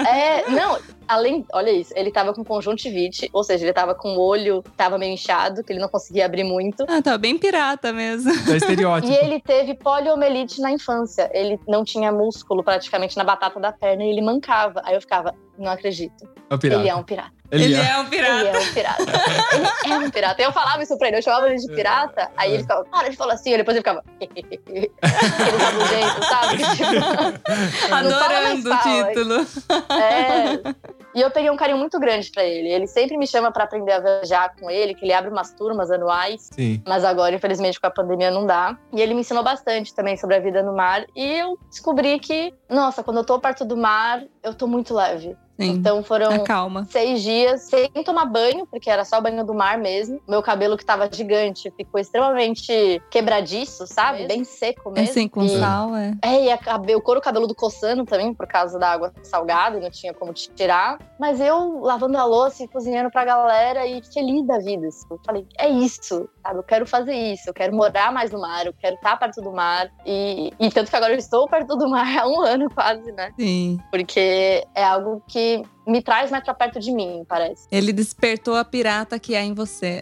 Olha isso, ele tava com conjuntivite, ou seja, ele tava com o olho, tava meio inchado, que ele não conseguia abrir muito. Tava bem pirata mesmo. É estereótipo. E ele teve poliomielite na infância. Ele não tinha músculo praticamente na batata da perna e ele mancava. Aí eu ficava, não acredito. Ele é um pirata. Ele é um pirata. Ele é um pirata. Ele é um pirata. Eu falava isso pra ele, eu chamava ele de pirata, aí ele ficava, para de falar assim, depois ele ficava aquele rabugento, sabe? Adorando o título. E eu peguei um carinho muito grande pra ele. Ele sempre me chama pra aprender a viajar com ele, que ele abre umas turmas anuais. Sim. Mas agora, infelizmente, com a pandemia não dá. E ele me ensinou bastante também sobre a vida no mar. E eu descobri que, nossa, quando eu tô perto do mar, eu tô muito leve. Sim. Então foram calma. 6 dias sem tomar banho, porque era só banho do mar mesmo. Meu cabelo, que tava gigante, ficou extremamente quebradiço, sabe? Bem seco mesmo. Assim, com sal, E o couro cabeludo coçando também, por causa da água salgada, e não tinha como tirar. Mas eu lavando a louça e cozinhando pra galera e feliz da vida. Assim. Eu falei, é isso, sabe? Eu quero fazer isso, eu quero morar mais no mar, eu quero estar perto do mar. E tanto que agora eu estou perto do mar há 1 ano quase, né? Sim. Porque é algo que ele me traz mais pra perto de mim, parece. Ele despertou a pirata que há em você.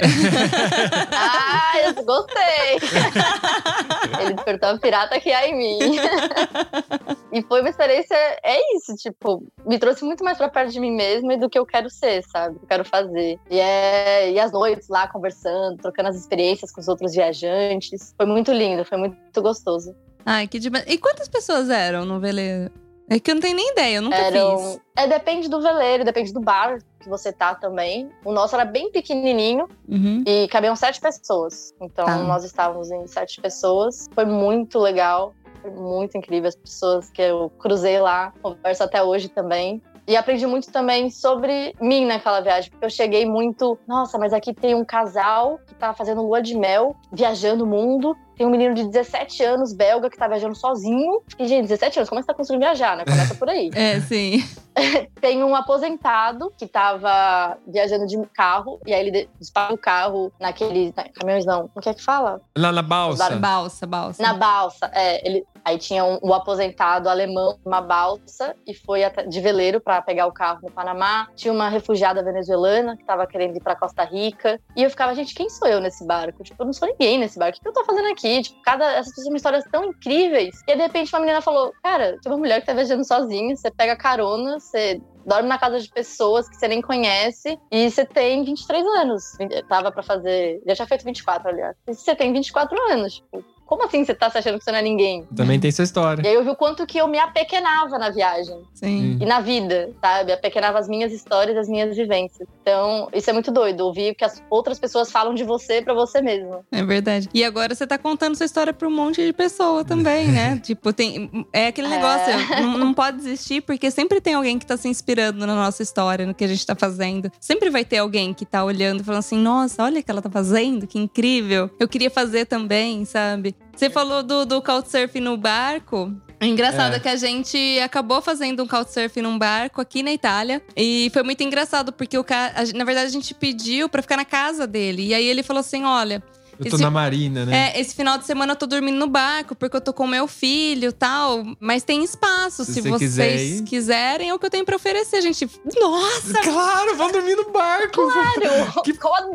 Eu gostei! Ele despertou a pirata que há em mim. E foi uma experiência, é isso, tipo, me trouxe muito mais pra perto de mim mesma e do que eu quero ser, sabe? O que eu quero fazer. E as noites lá conversando, trocando as experiências com os outros viajantes. Foi muito lindo, foi muito gostoso. Ai, que demais. E quantas pessoas eram no veleiro? É que eu não tenho nem ideia, eu nunca fiz. Depende do veleiro, depende do bar que você tá também. O nosso era bem pequenininho e cabiam 7 pessoas. Então, nós estávamos em 7 pessoas. Foi muito legal, foi muito incrível. As pessoas que eu cruzei lá, converso até hoje também. E aprendi muito também sobre mim naquela viagem, porque eu cheguei muito… Nossa, mas aqui tem um casal que tá fazendo lua de mel, viajando o mundo. Tem um menino de 17 anos, belga, que tá viajando sozinho. E, gente, 17 anos, como é que você tá conseguindo viajar, né? Começa por aí. Sim. Tem um aposentado que tava viajando de carro. E aí ele dispara o carro naqueles… caminhões não, o que é que fala? Lá na balsa. Balsa. Na balsa, Aí tinha um aposentado alemão numa balsa e foi de veleiro pra pegar o carro no Panamá. Tinha uma refugiada venezuelana que tava querendo ir pra Costa Rica. E eu ficava, gente, quem sou eu nesse barco? Tipo, eu não sou ninguém nesse barco. O que eu tô fazendo aqui? Tipo, essas pessoas são histórias tão incríveis. E de repente uma menina falou, cara, tem uma mulher que tá viajando sozinha, você pega carona, você dorme na casa de pessoas que você nem conhece e você tem 23 anos. Tava pra fazer… Já tinha feito 24, aliás. E você tem 24 anos, tipo… Como assim você tá se achando que você não é ninguém? Também tem sua história. E aí eu vi o quanto que eu me apequenava na viagem. Sim. E na vida, sabe? Apequenava as minhas histórias, as minhas vivências. Então, isso é muito doido. Ouvir o que as outras pessoas falam de você pra você mesmo. É verdade. E agora você tá contando sua história pra um monte de pessoa também, né? Tipo, é aquele negócio, não pode desistir, porque sempre tem alguém que tá se inspirando na nossa história, no que a gente tá fazendo. Sempre vai ter alguém que tá olhando e falando assim, nossa, olha o que ela tá fazendo, que incrível. Eu queria fazer também, sabe? Você falou do Couchsurfing no barco. É engraçado que a gente acabou fazendo um Couchsurfing num barco aqui na Itália. E foi muito engraçado, porque na verdade a gente pediu pra ficar na casa dele. E aí ele falou assim, olha… Eu tô na marina, né? Esse final de semana eu tô dormindo no barco, porque eu tô com meu filho e tal. Mas tem espaço, se vocês quiserem, é o que eu tenho pra oferecer. A gente, nossa! Claro, vamos dormir no barco! Claro! Qual a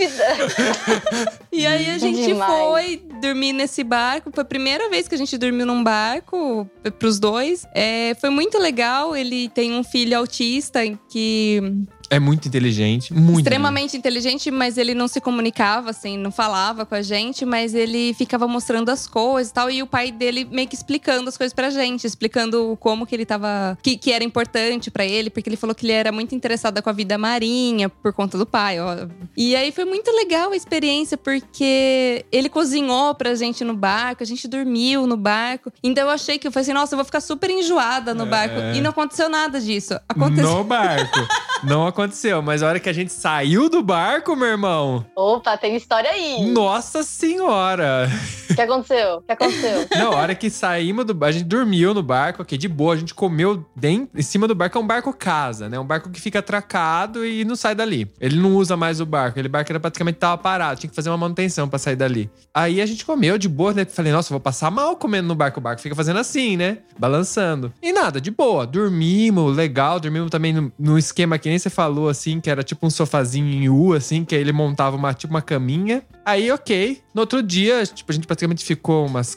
dúvida? E aí a gente foi dormir nesse barco. Foi a primeira vez que a gente dormiu num barco, pros dois. Foi muito legal. Ele tem um filho autista que… É muito inteligente, muito. Extremamente inteligente, mas ele não se comunicava, assim, não falava com a gente, mas ele ficava mostrando as coisas e tal. E o pai dele meio que explicando as coisas pra gente, explicando como que ele tava… Que era importante pra ele, porque ele falou que ele era muito interessado com a vida marinha, por conta do pai, ó. E aí foi muito legal a experiência, porque ele cozinhou pra gente no barco, a gente dormiu no barco. Então eu achei que eu falei assim, nossa, eu vou ficar super enjoada no barco. E não aconteceu nada disso. Aconteceu. No barco. Não aconteceu, mas a hora que a gente saiu do barco, meu irmão… Opa, tem história aí! Nossa senhora! O que aconteceu? Não, a hora que saímos do barco, a gente dormiu no barco, ok, de boa. A gente comeu em cima do barco, é um barco casa, né? Um barco que fica atracado e não sai dali. Ele não usa mais o barco, aquele barco era praticamente tava parado, tinha que fazer uma manutenção pra sair dali. Aí a gente comeu de boa, né? Falei, nossa, eu vou passar mal comendo no barco. O barco fica fazendo assim, né? Balançando. E nada, de boa. Dormimos, legal. Dormimos também no esquema que nem você falou, assim, que era tipo um sofazinho em U, assim, que aí ele montava tipo uma caminha. Aí, ok. No outro dia, tipo, a gente praticamente ficou umas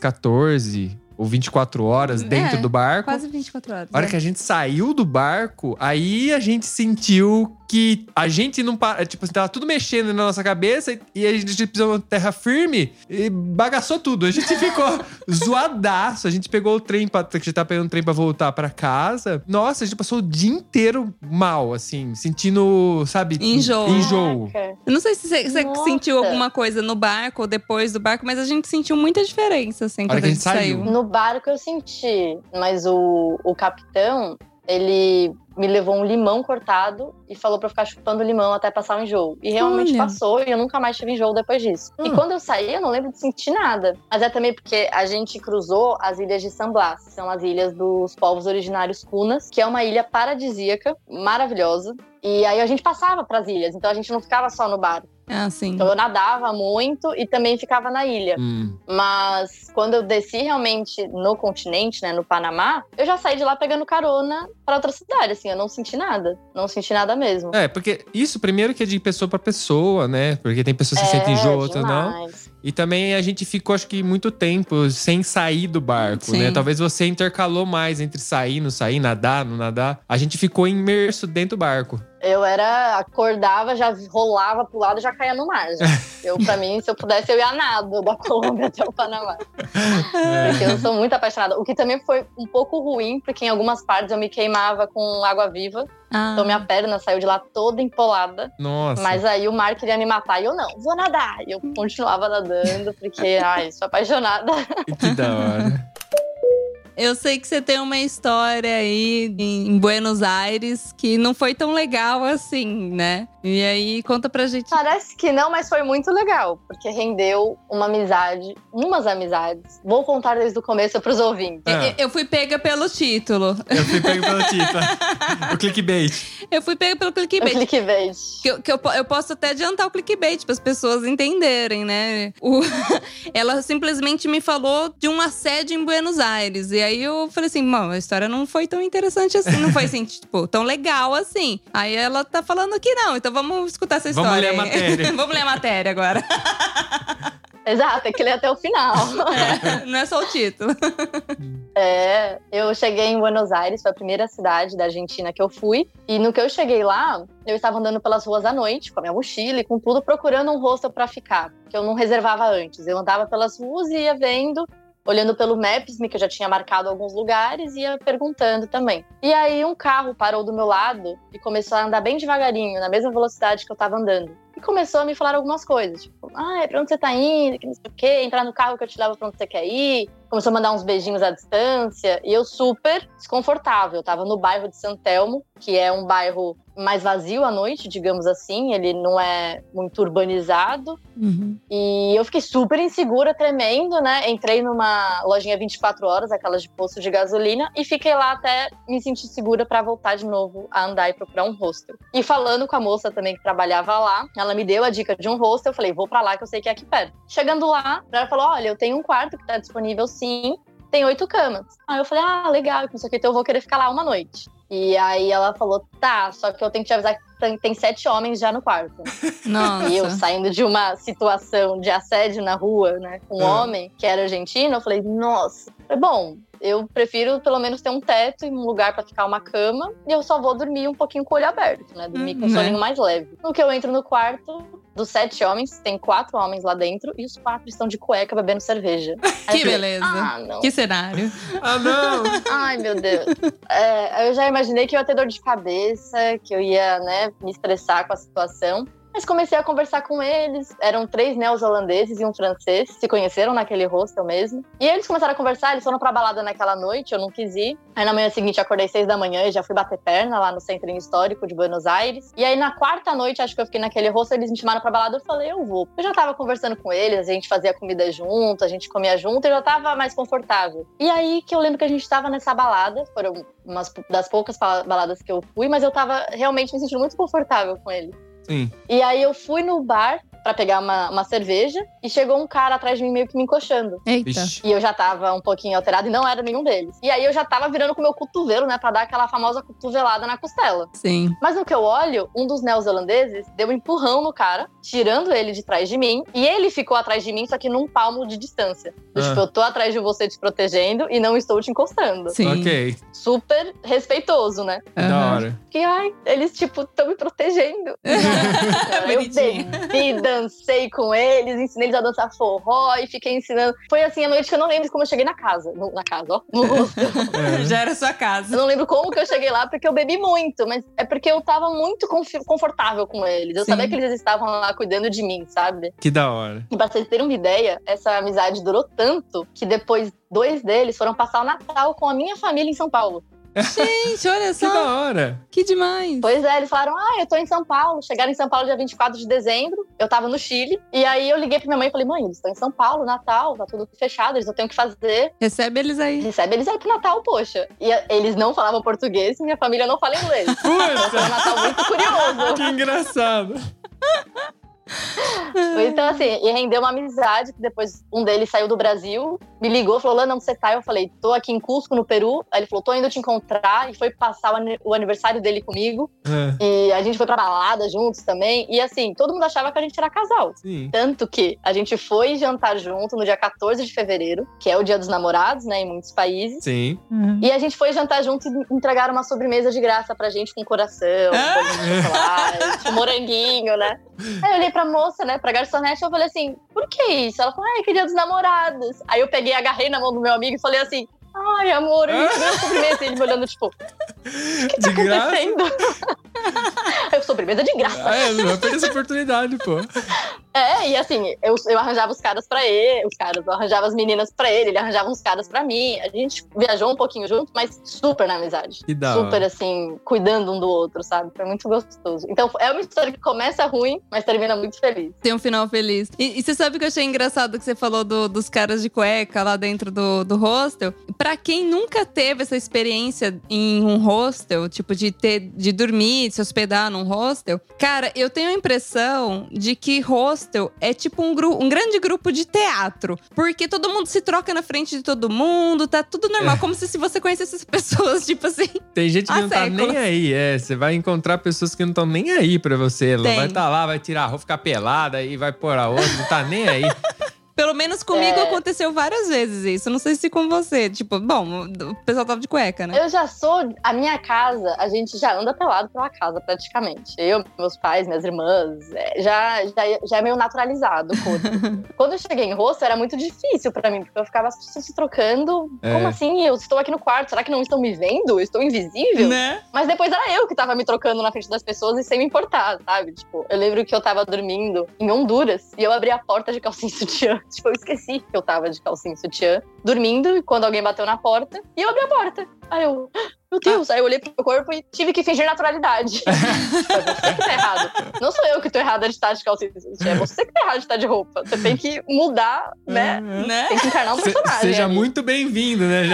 14 ou 24 horas dentro do barco. Quase 24 horas. A hora que a gente saiu do barco, aí a gente sentiu que a gente não para… Tipo, tava tudo mexendo na nossa cabeça e a gente pisou na terra firme e bagaçou tudo. A gente ficou zoadaço. A gente pegou o trem, a gente tava pegando o trem pra voltar pra casa. Nossa, a gente passou o dia inteiro mal, assim, sentindo, sabe? Enjoo. Eu não sei se você sentiu alguma coisa no barco ou depois do barco, mas a gente sentiu muita diferença, assim, quando a gente saiu. No barco eu senti, mas o capitão… Ele me levou um limão cortado e falou pra eu ficar chupando limão até passar o enjoo. E realmente passou e eu nunca mais tive enjoo depois disso. E quando eu saí, eu não lembro de sentir nada. Mas é também porque a gente cruzou as ilhas de San Blas. São as ilhas dos povos originários Kunas, que é uma ilha paradisíaca, maravilhosa. E aí a gente passava pras ilhas, então a gente não ficava só no barco. Ah, sim. Então eu nadava muito e também ficava na ilha. Mas quando eu desci realmente no continente, né, no Panamá, eu já saí de lá pegando carona pra outra cidade, assim. assim, eu não senti nada. Não senti nada mesmo. Porque isso primeiro que é de pessoa pra pessoa, né? Porque tem pessoas que sentem enjoo, outras não. E também a gente ficou, acho que, muito tempo sem sair do barco, né? Talvez você intercalou mais entre sair, não sair, nadar, não nadar. A gente ficou imerso dentro do barco. Eu acordava, já rolava pro lado e já caía no mar. Pra mim, se eu pudesse, eu ia nado da Colômbia até o Panamá. Porque eu sou muito apaixonada. O que também foi um pouco ruim, porque em algumas partes eu me queimava com água viva. Então minha perna saiu de lá toda empolada. Nossa. Mas aí o mar queria me matar e eu não, vou nadar. E eu continuava nadando, porque, sou apaixonada. Que da hora. Eu sei que você tem uma história aí em Buenos Aires que não foi tão legal assim, né? E aí, conta pra gente. Parece que não, mas foi muito legal. Porque rendeu umas amizades. Vou contar desde o começo pros ouvintes. Eu fui pega pelo título. O clickbait. Eu fui pega pelo clickbait. O clickbait. Eu posso até adiantar o clickbait para as pessoas entenderem, né? Ela simplesmente me falou de um assédio em Buenos Aires. E aí eu falei assim, a história não foi tão interessante assim. Não foi assim, tipo, tão legal assim. Aí ela tá falando que não. Então vamos escutar essa história. Vamos ler a matéria. Vamos ler a matéria agora. Exato, tem que ler até o final. Não é só o título. Eu cheguei em Buenos Aires, foi a primeira cidade da Argentina que eu fui. E no que eu cheguei lá, eu estava andando pelas ruas à noite, com a minha mochila e com tudo, procurando um hostel pra ficar, que eu não reservava antes. Eu andava pelas ruas e ia vendo, olhando pelo Maps, que eu já tinha marcado alguns lugares, e ia perguntando também. E aí um carro parou do meu lado e começou a andar bem devagarinho, na mesma velocidade que eu tava andando. E começou a me falar algumas coisas, tipo, pra onde você tá indo, que não sei o quê, entrar no carro que eu te levo pra onde você quer ir. Começou a mandar uns beijinhos à distância, e eu super desconfortável. Eu tava no bairro de San Telmo, que é um bairro mais vazio à noite, digamos assim. Ele não é muito urbanizado. Uhum. E eu fiquei super insegura, tremendo, né? Entrei numa lojinha 24 horas, aquelas de posto de gasolina, e fiquei lá até me sentir segura pra voltar de novo a andar e procurar um hostel. E falando com a moça também que trabalhava lá, ela me deu a dica de um hostel, eu falei, vou pra lá que eu sei que é aqui perto. Chegando lá, ela falou, olha, eu tenho um quarto que tá disponível sim, tem 8 camas. Aí eu falei, legal, não sei o que, então eu vou querer ficar lá uma noite. E aí ela falou, tá, só que eu tenho que te avisar que tem 7 homens já no quarto. Nossa. E eu saindo de uma situação de assédio na rua, né, com um homem que era argentino, eu falei, nossa, bom, eu prefiro pelo menos ter um teto e um lugar pra ficar uma cama, e eu só vou dormir um pouquinho com o olho aberto, né, dormir com um soninho mais leve. No que eu entro no quarto, dos 7 homens, tem 4 homens lá dentro, e os 4 estão de cueca bebendo cerveja. Que beleza. Não. Que cenário. Não! Ai, meu Deus. Eu já imaginei que eu ia ter dor de cabeça, que eu ia, né, me estressar com a situação. Mas comecei a conversar com eles. Eram 3 neozelandeses e um francês. Se conheceram naquele hostel mesmo. E eles começaram a conversar. Eles foram pra balada naquela noite. Eu não quis ir. Aí na manhã seguinte, acordei 6 da manhã e já fui bater perna lá no Centrinho Histórico de Buenos Aires. E aí na 4ª noite, acho que eu fiquei naquele hostel. Eles me chamaram pra balada. Eu falei, eu vou. Eu já tava conversando com eles. A gente fazia comida junto. A gente comia junto. Eu já tava mais confortável. E aí que eu lembro que a gente tava nessa balada. Foram umas das poucas baladas que eu fui. Mas eu tava realmente me sentindo muito confortável com eles. Sim. E aí eu fui no bar pra pegar uma cerveja e chegou um cara atrás de mim meio que me encoxando. Eita. E eu já tava um pouquinho alterada e não era nenhum deles. E aí eu já tava virando com o meu cotovelo, né, pra dar aquela famosa cotovelada na costela. Sim. Mas no que eu olho, um dos neozelandeses deu um empurrão no cara, tirando ele de trás de mim, e ele ficou atrás de mim, só que num palmo de distância. Tipo, eu tô atrás de você te protegendo e não estou te encostando. Sim. Ok. Super respeitoso, né? Da hora. Que, eles, tipo, tão me protegendo. Eu bebi, dancei com eles, ensinei eles a dançar forró e fiquei ensinando. Foi assim, a noite que eu não lembro como eu cheguei na casa. No hostel. Já era sua casa. Eu não lembro como que eu cheguei lá, porque eu bebi muito. Mas é porque eu tava muito confortável com eles. Eu sabia que eles estavam lá cuidando de mim, sabe? Que da hora. E pra vocês terem uma ideia, essa amizade durou tanto que depois 2 deles foram passar o Natal com a minha família em São Paulo. Gente, olha só. Que da hora. Que demais. Pois é, eles falaram, eu tô em São Paulo. Chegaram em São Paulo dia 24 de dezembro. Eu tava no Chile. E aí eu liguei pra minha mãe e falei, mãe, eles estão em São Paulo, Natal, tá tudo fechado, eu tenho que fazer. Recebe eles aí. Recebe eles aí pro Natal, poxa. E eles não falavam português, minha família não fala inglês. Puxa. Foi um Natal muito curioso. Que engraçado. Então, assim, e rendeu uma amizade, que depois um deles saiu do Brasil, me ligou, falou, Lana, onde você tá? Eu falei, tô aqui em Cusco, no Peru. Aí ele falou, tô indo te encontrar, e foi passar o aniversário dele comigo. E a gente foi pra balada juntos também. E assim, todo mundo achava que a gente era casal. Sim. Tanto que a gente foi jantar junto no dia 14 de fevereiro, que é o dia dos namorados, né, em muitos países. Sim. E a gente foi jantar junto e entregaram uma sobremesa de graça pra gente com coração, um bolinho de chocolate, um moranguinho, né? Aí eu olhei pra moça, né, pra garçonete, e eu falei assim, por que isso? Ela falou, que dia dos namorados. Aí eu peguei, agarrei na mão do meu amigo e falei assim, ai, amor, a gente ganhou sobremesa. E ele me olhando, tipo, o que tá acontecendo? Eu, sobremesa de graça. Não vai perder essa oportunidade, pô. E assim, eu arranjava os caras pra ele, eu arranjava as meninas pra ele arranjava uns caras pra mim. A gente viajou um pouquinho junto, mas super na amizade. Que da super, hora. assim, cuidando um do outro, sabe? Foi muito gostoso. Então, é uma história que começa ruim, mas termina muito feliz. Tem um final feliz. E você sabe que eu achei engraçado que você falou dos caras de cueca lá dentro do hostel? Pra quem nunca teve essa experiência em um hostel, tipo, de dormir, de se hospedar num hostel, cara, eu tenho a impressão de que hostel é tipo um grande grupo de teatro. Porque todo mundo se troca na frente de todo mundo, tá tudo normal. Como se você conhecesse as pessoas, tipo assim. Tem gente que não tá nem aí. Você vai encontrar pessoas que não estão nem aí pra você. Ela vai estar lá, vai tirar a roupa, ficar pelada e vai pôr a outra, não tá nem aí. Pelo menos comigo aconteceu várias vezes isso. Não sei se com você. Tipo, bom, o pessoal tava de cueca, né? Eu já sou… A minha casa, a gente já anda pelado pela casa, praticamente. Eu, meus pais, minhas irmãs, já é meio naturalizado o corpo. Quando eu cheguei em hostel, era muito difícil pra mim, porque eu ficava se trocando. Como assim? Eu estou aqui no quarto, será que não estão me vendo? Eu estou invisível? Né? Mas depois era eu que tava me trocando na frente das pessoas e sem me importar, sabe? Tipo, eu lembro que eu tava dormindo em Honduras e eu abri a porta de calcinha e sutiã. Tipo, eu esqueci que eu tava de calcinha e sutiã, dormindo, e quando alguém bateu na porta, e eu abri a porta. Aí eu, meu Deus, aí eu olhei pro meu corpo e tive que fingir naturalidade. Você que tá errado. Não sou eu que tô errada de estar de calcinha e sutiã, é você que tá errado de estar de roupa. Você tem que mudar, né? Tem que encarnar um personagem. Seja muito bem-vindo, né?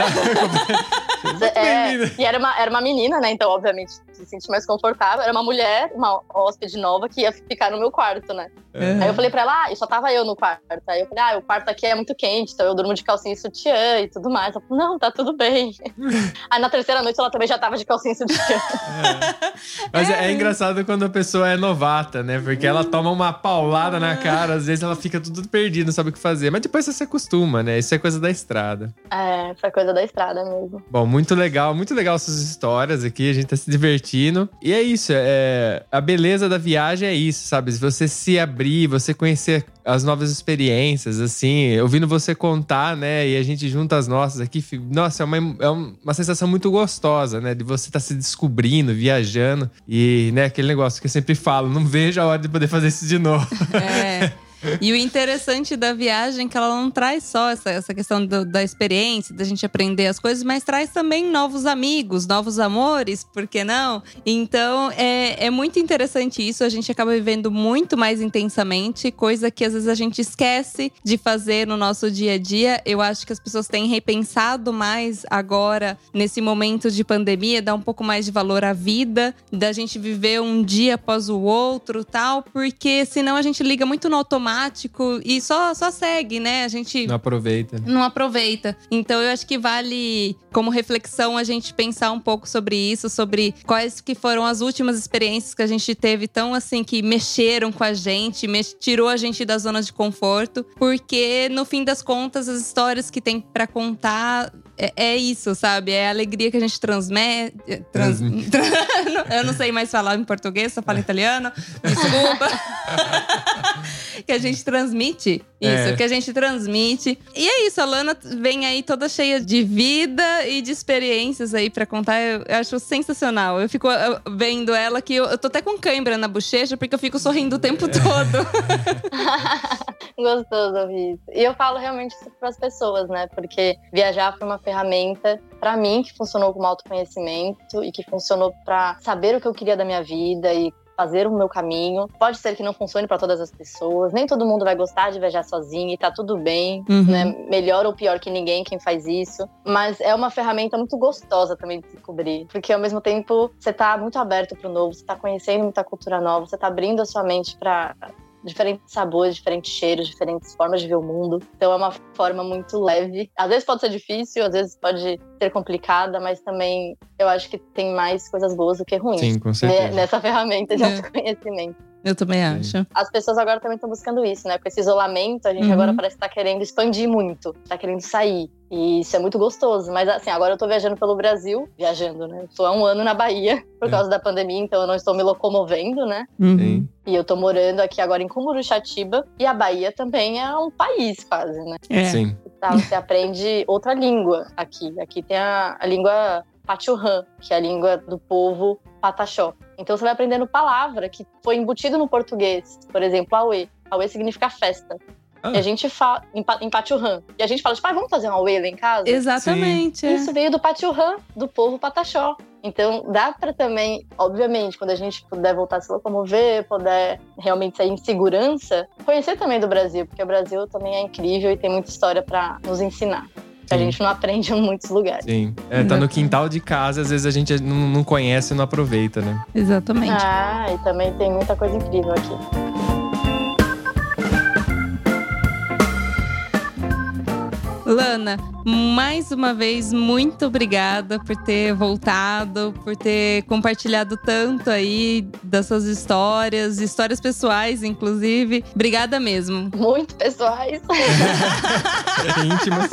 E era uma menina, né? Então, obviamente, se sente mais confortável. Era uma mulher, uma hóspede nova que ia ficar no meu quarto, né? Aí eu falei pra ela, e só tava eu no quarto. Aí eu falei, o quarto aqui é muito quente, então eu durmo de calcinha e sutiã e tudo mais. Ela falou, não, tá tudo bem. Aí na terceira noite ela também já tava de calcinha e sutiã. Mas é engraçado quando a pessoa é novata, né? Porque ela toma uma paulada na cara, às vezes ela fica tudo perdida, não sabe o que fazer. Mas depois você se acostuma, né? Isso é coisa da estrada. Isso é coisa da estrada mesmo. Bom, muito legal suas histórias aqui, a gente tá se divertindo. E é isso, a beleza da viagem é isso, sabe? Se você se abrir, você conhecer as novas experiências, assim, ouvindo você contar, né? E a gente junta as nossas aqui. Nossa, é uma sensação muito gostosa, né? De você estar se descobrindo, viajando. E, né, aquele negócio que eu sempre falo, não vejo a hora de poder fazer isso de novo. E o interessante da viagem é que ela não traz só essa questão da experiência, da gente aprender as coisas, mas traz também novos amigos, novos amores, por que não? Então, é muito interessante isso. A gente acaba vivendo muito mais intensamente, coisa que às vezes a gente esquece de fazer no nosso dia a dia. Eu acho que as pessoas têm repensado mais agora, nesse momento de pandemia, dar um pouco mais de valor à vida, da gente viver um dia após o outro, tal, porque senão a gente liga muito no automático e só segue, né? A gente não aproveita. Então eu acho que vale, como reflexão, a gente pensar um pouco sobre isso, sobre quais que foram as últimas experiências que a gente teve tão assim, que mexeram com a gente, tirou a gente da zona de conforto, porque no fim das contas as histórias que tem pra contar é isso, sabe? É a alegria que a gente transmite. Eu não sei mais falar em português, só falo italiano. Desculpa. Que a gente transmite. Isso, que a gente transmite. E é isso, a Lana vem aí toda cheia de vida e de experiências aí pra contar. Eu acho sensacional. Eu fico vendo ela que eu tô até com cãibra na bochecha, porque eu fico sorrindo o tempo todo. Gostoso ouvir isso. E eu falo realmente isso pras pessoas, né? Porque viajar foi uma ferramenta, pra mim, que funcionou como autoconhecimento e que funcionou pra saber o que eu queria da minha vida e fazer o meu caminho. Pode ser que não funcione pra todas as pessoas, nem todo mundo vai gostar de viajar sozinho e tá tudo bem, né? Melhor ou pior que ninguém quem faz isso, mas é uma ferramenta muito gostosa também de descobrir, porque ao mesmo tempo você tá muito aberto pro novo, você tá conhecendo muita cultura nova, você tá abrindo a sua mente pra diferentes sabores, diferentes cheiros, diferentes formas de ver o mundo. Então é uma forma muito leve. Às vezes pode ser difícil, às vezes pode ser complicada, mas também eu acho que tem mais coisas boas do que ruins. Sim, com certeza. Nessa ferramenta de autoconhecimento. Eu também acho. As pessoas agora também estão buscando isso, né? Com esse isolamento, a gente agora parece que tá querendo expandir muito, tá querendo sair. E isso é muito gostoso. Mas assim, agora eu tô viajando pelo Brasil, né? Tô há 1 ano na Bahia, por causa da pandemia, então eu não estou me locomovendo, né? Sim. E eu tô morando aqui agora em Cumuruxatiba, e a Bahia também é um país quase, né? Sim. Então, você aprende outra língua aqui. Aqui tem a língua Pachurrã, que é a língua do povo Pataxó. Então você vai aprendendo palavra que foi embutido no português. Por exemplo, auê. Auê significa festa. E a gente fala em Pachurrã. E a gente fala, tipo, vamos fazer um auê lá em casa? Exatamente. Isso veio do Pachurrã, do povo Pataxó. Então dá pra também, obviamente, quando a gente puder voltar a se locomover, puder realmente sair em segurança, conhecer também do Brasil, porque o Brasil também é incrível e tem muita história pra nos ensinar. Que a gente não aprende em muitos lugares. Sim. Tá no quintal de casa, às vezes a gente não conhece e não aproveita, né? Exatamente. E também tem muita coisa incrível aqui. Lana, mais uma vez, muito obrigada por ter voltado, por ter compartilhado tanto aí das suas histórias pessoais, inclusive. Obrigada mesmo. Muito pessoais. Íntimas.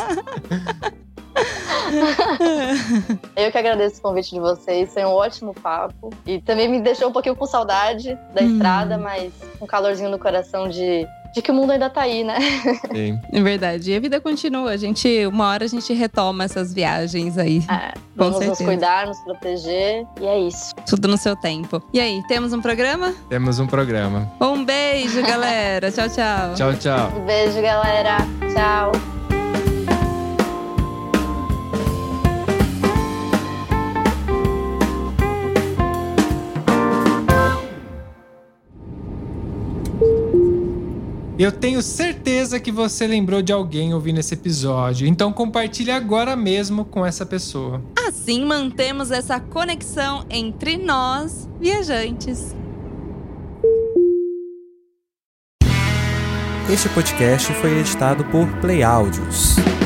Eu que agradeço o convite de vocês, foi um ótimo papo. E também me deixou um pouquinho com saudade da estrada, mas um calorzinho no coração de que o mundo ainda tá aí, né? Sim. É verdade. E a vida continua. Uma hora a gente retoma essas viagens aí. Vamos nos cuidar, nos proteger. E é isso. Tudo no seu tempo. E aí, temos um programa? Temos um programa. Um beijo, galera. Tchau, tchau. Tchau, tchau. Um beijo, galera. Tchau. Eu tenho certeza que você lembrou de alguém ouvindo esse episódio, então compartilhe agora mesmo com essa pessoa. Assim mantemos essa conexão entre nós, viajantes. Este podcast foi editado por Play Áudios.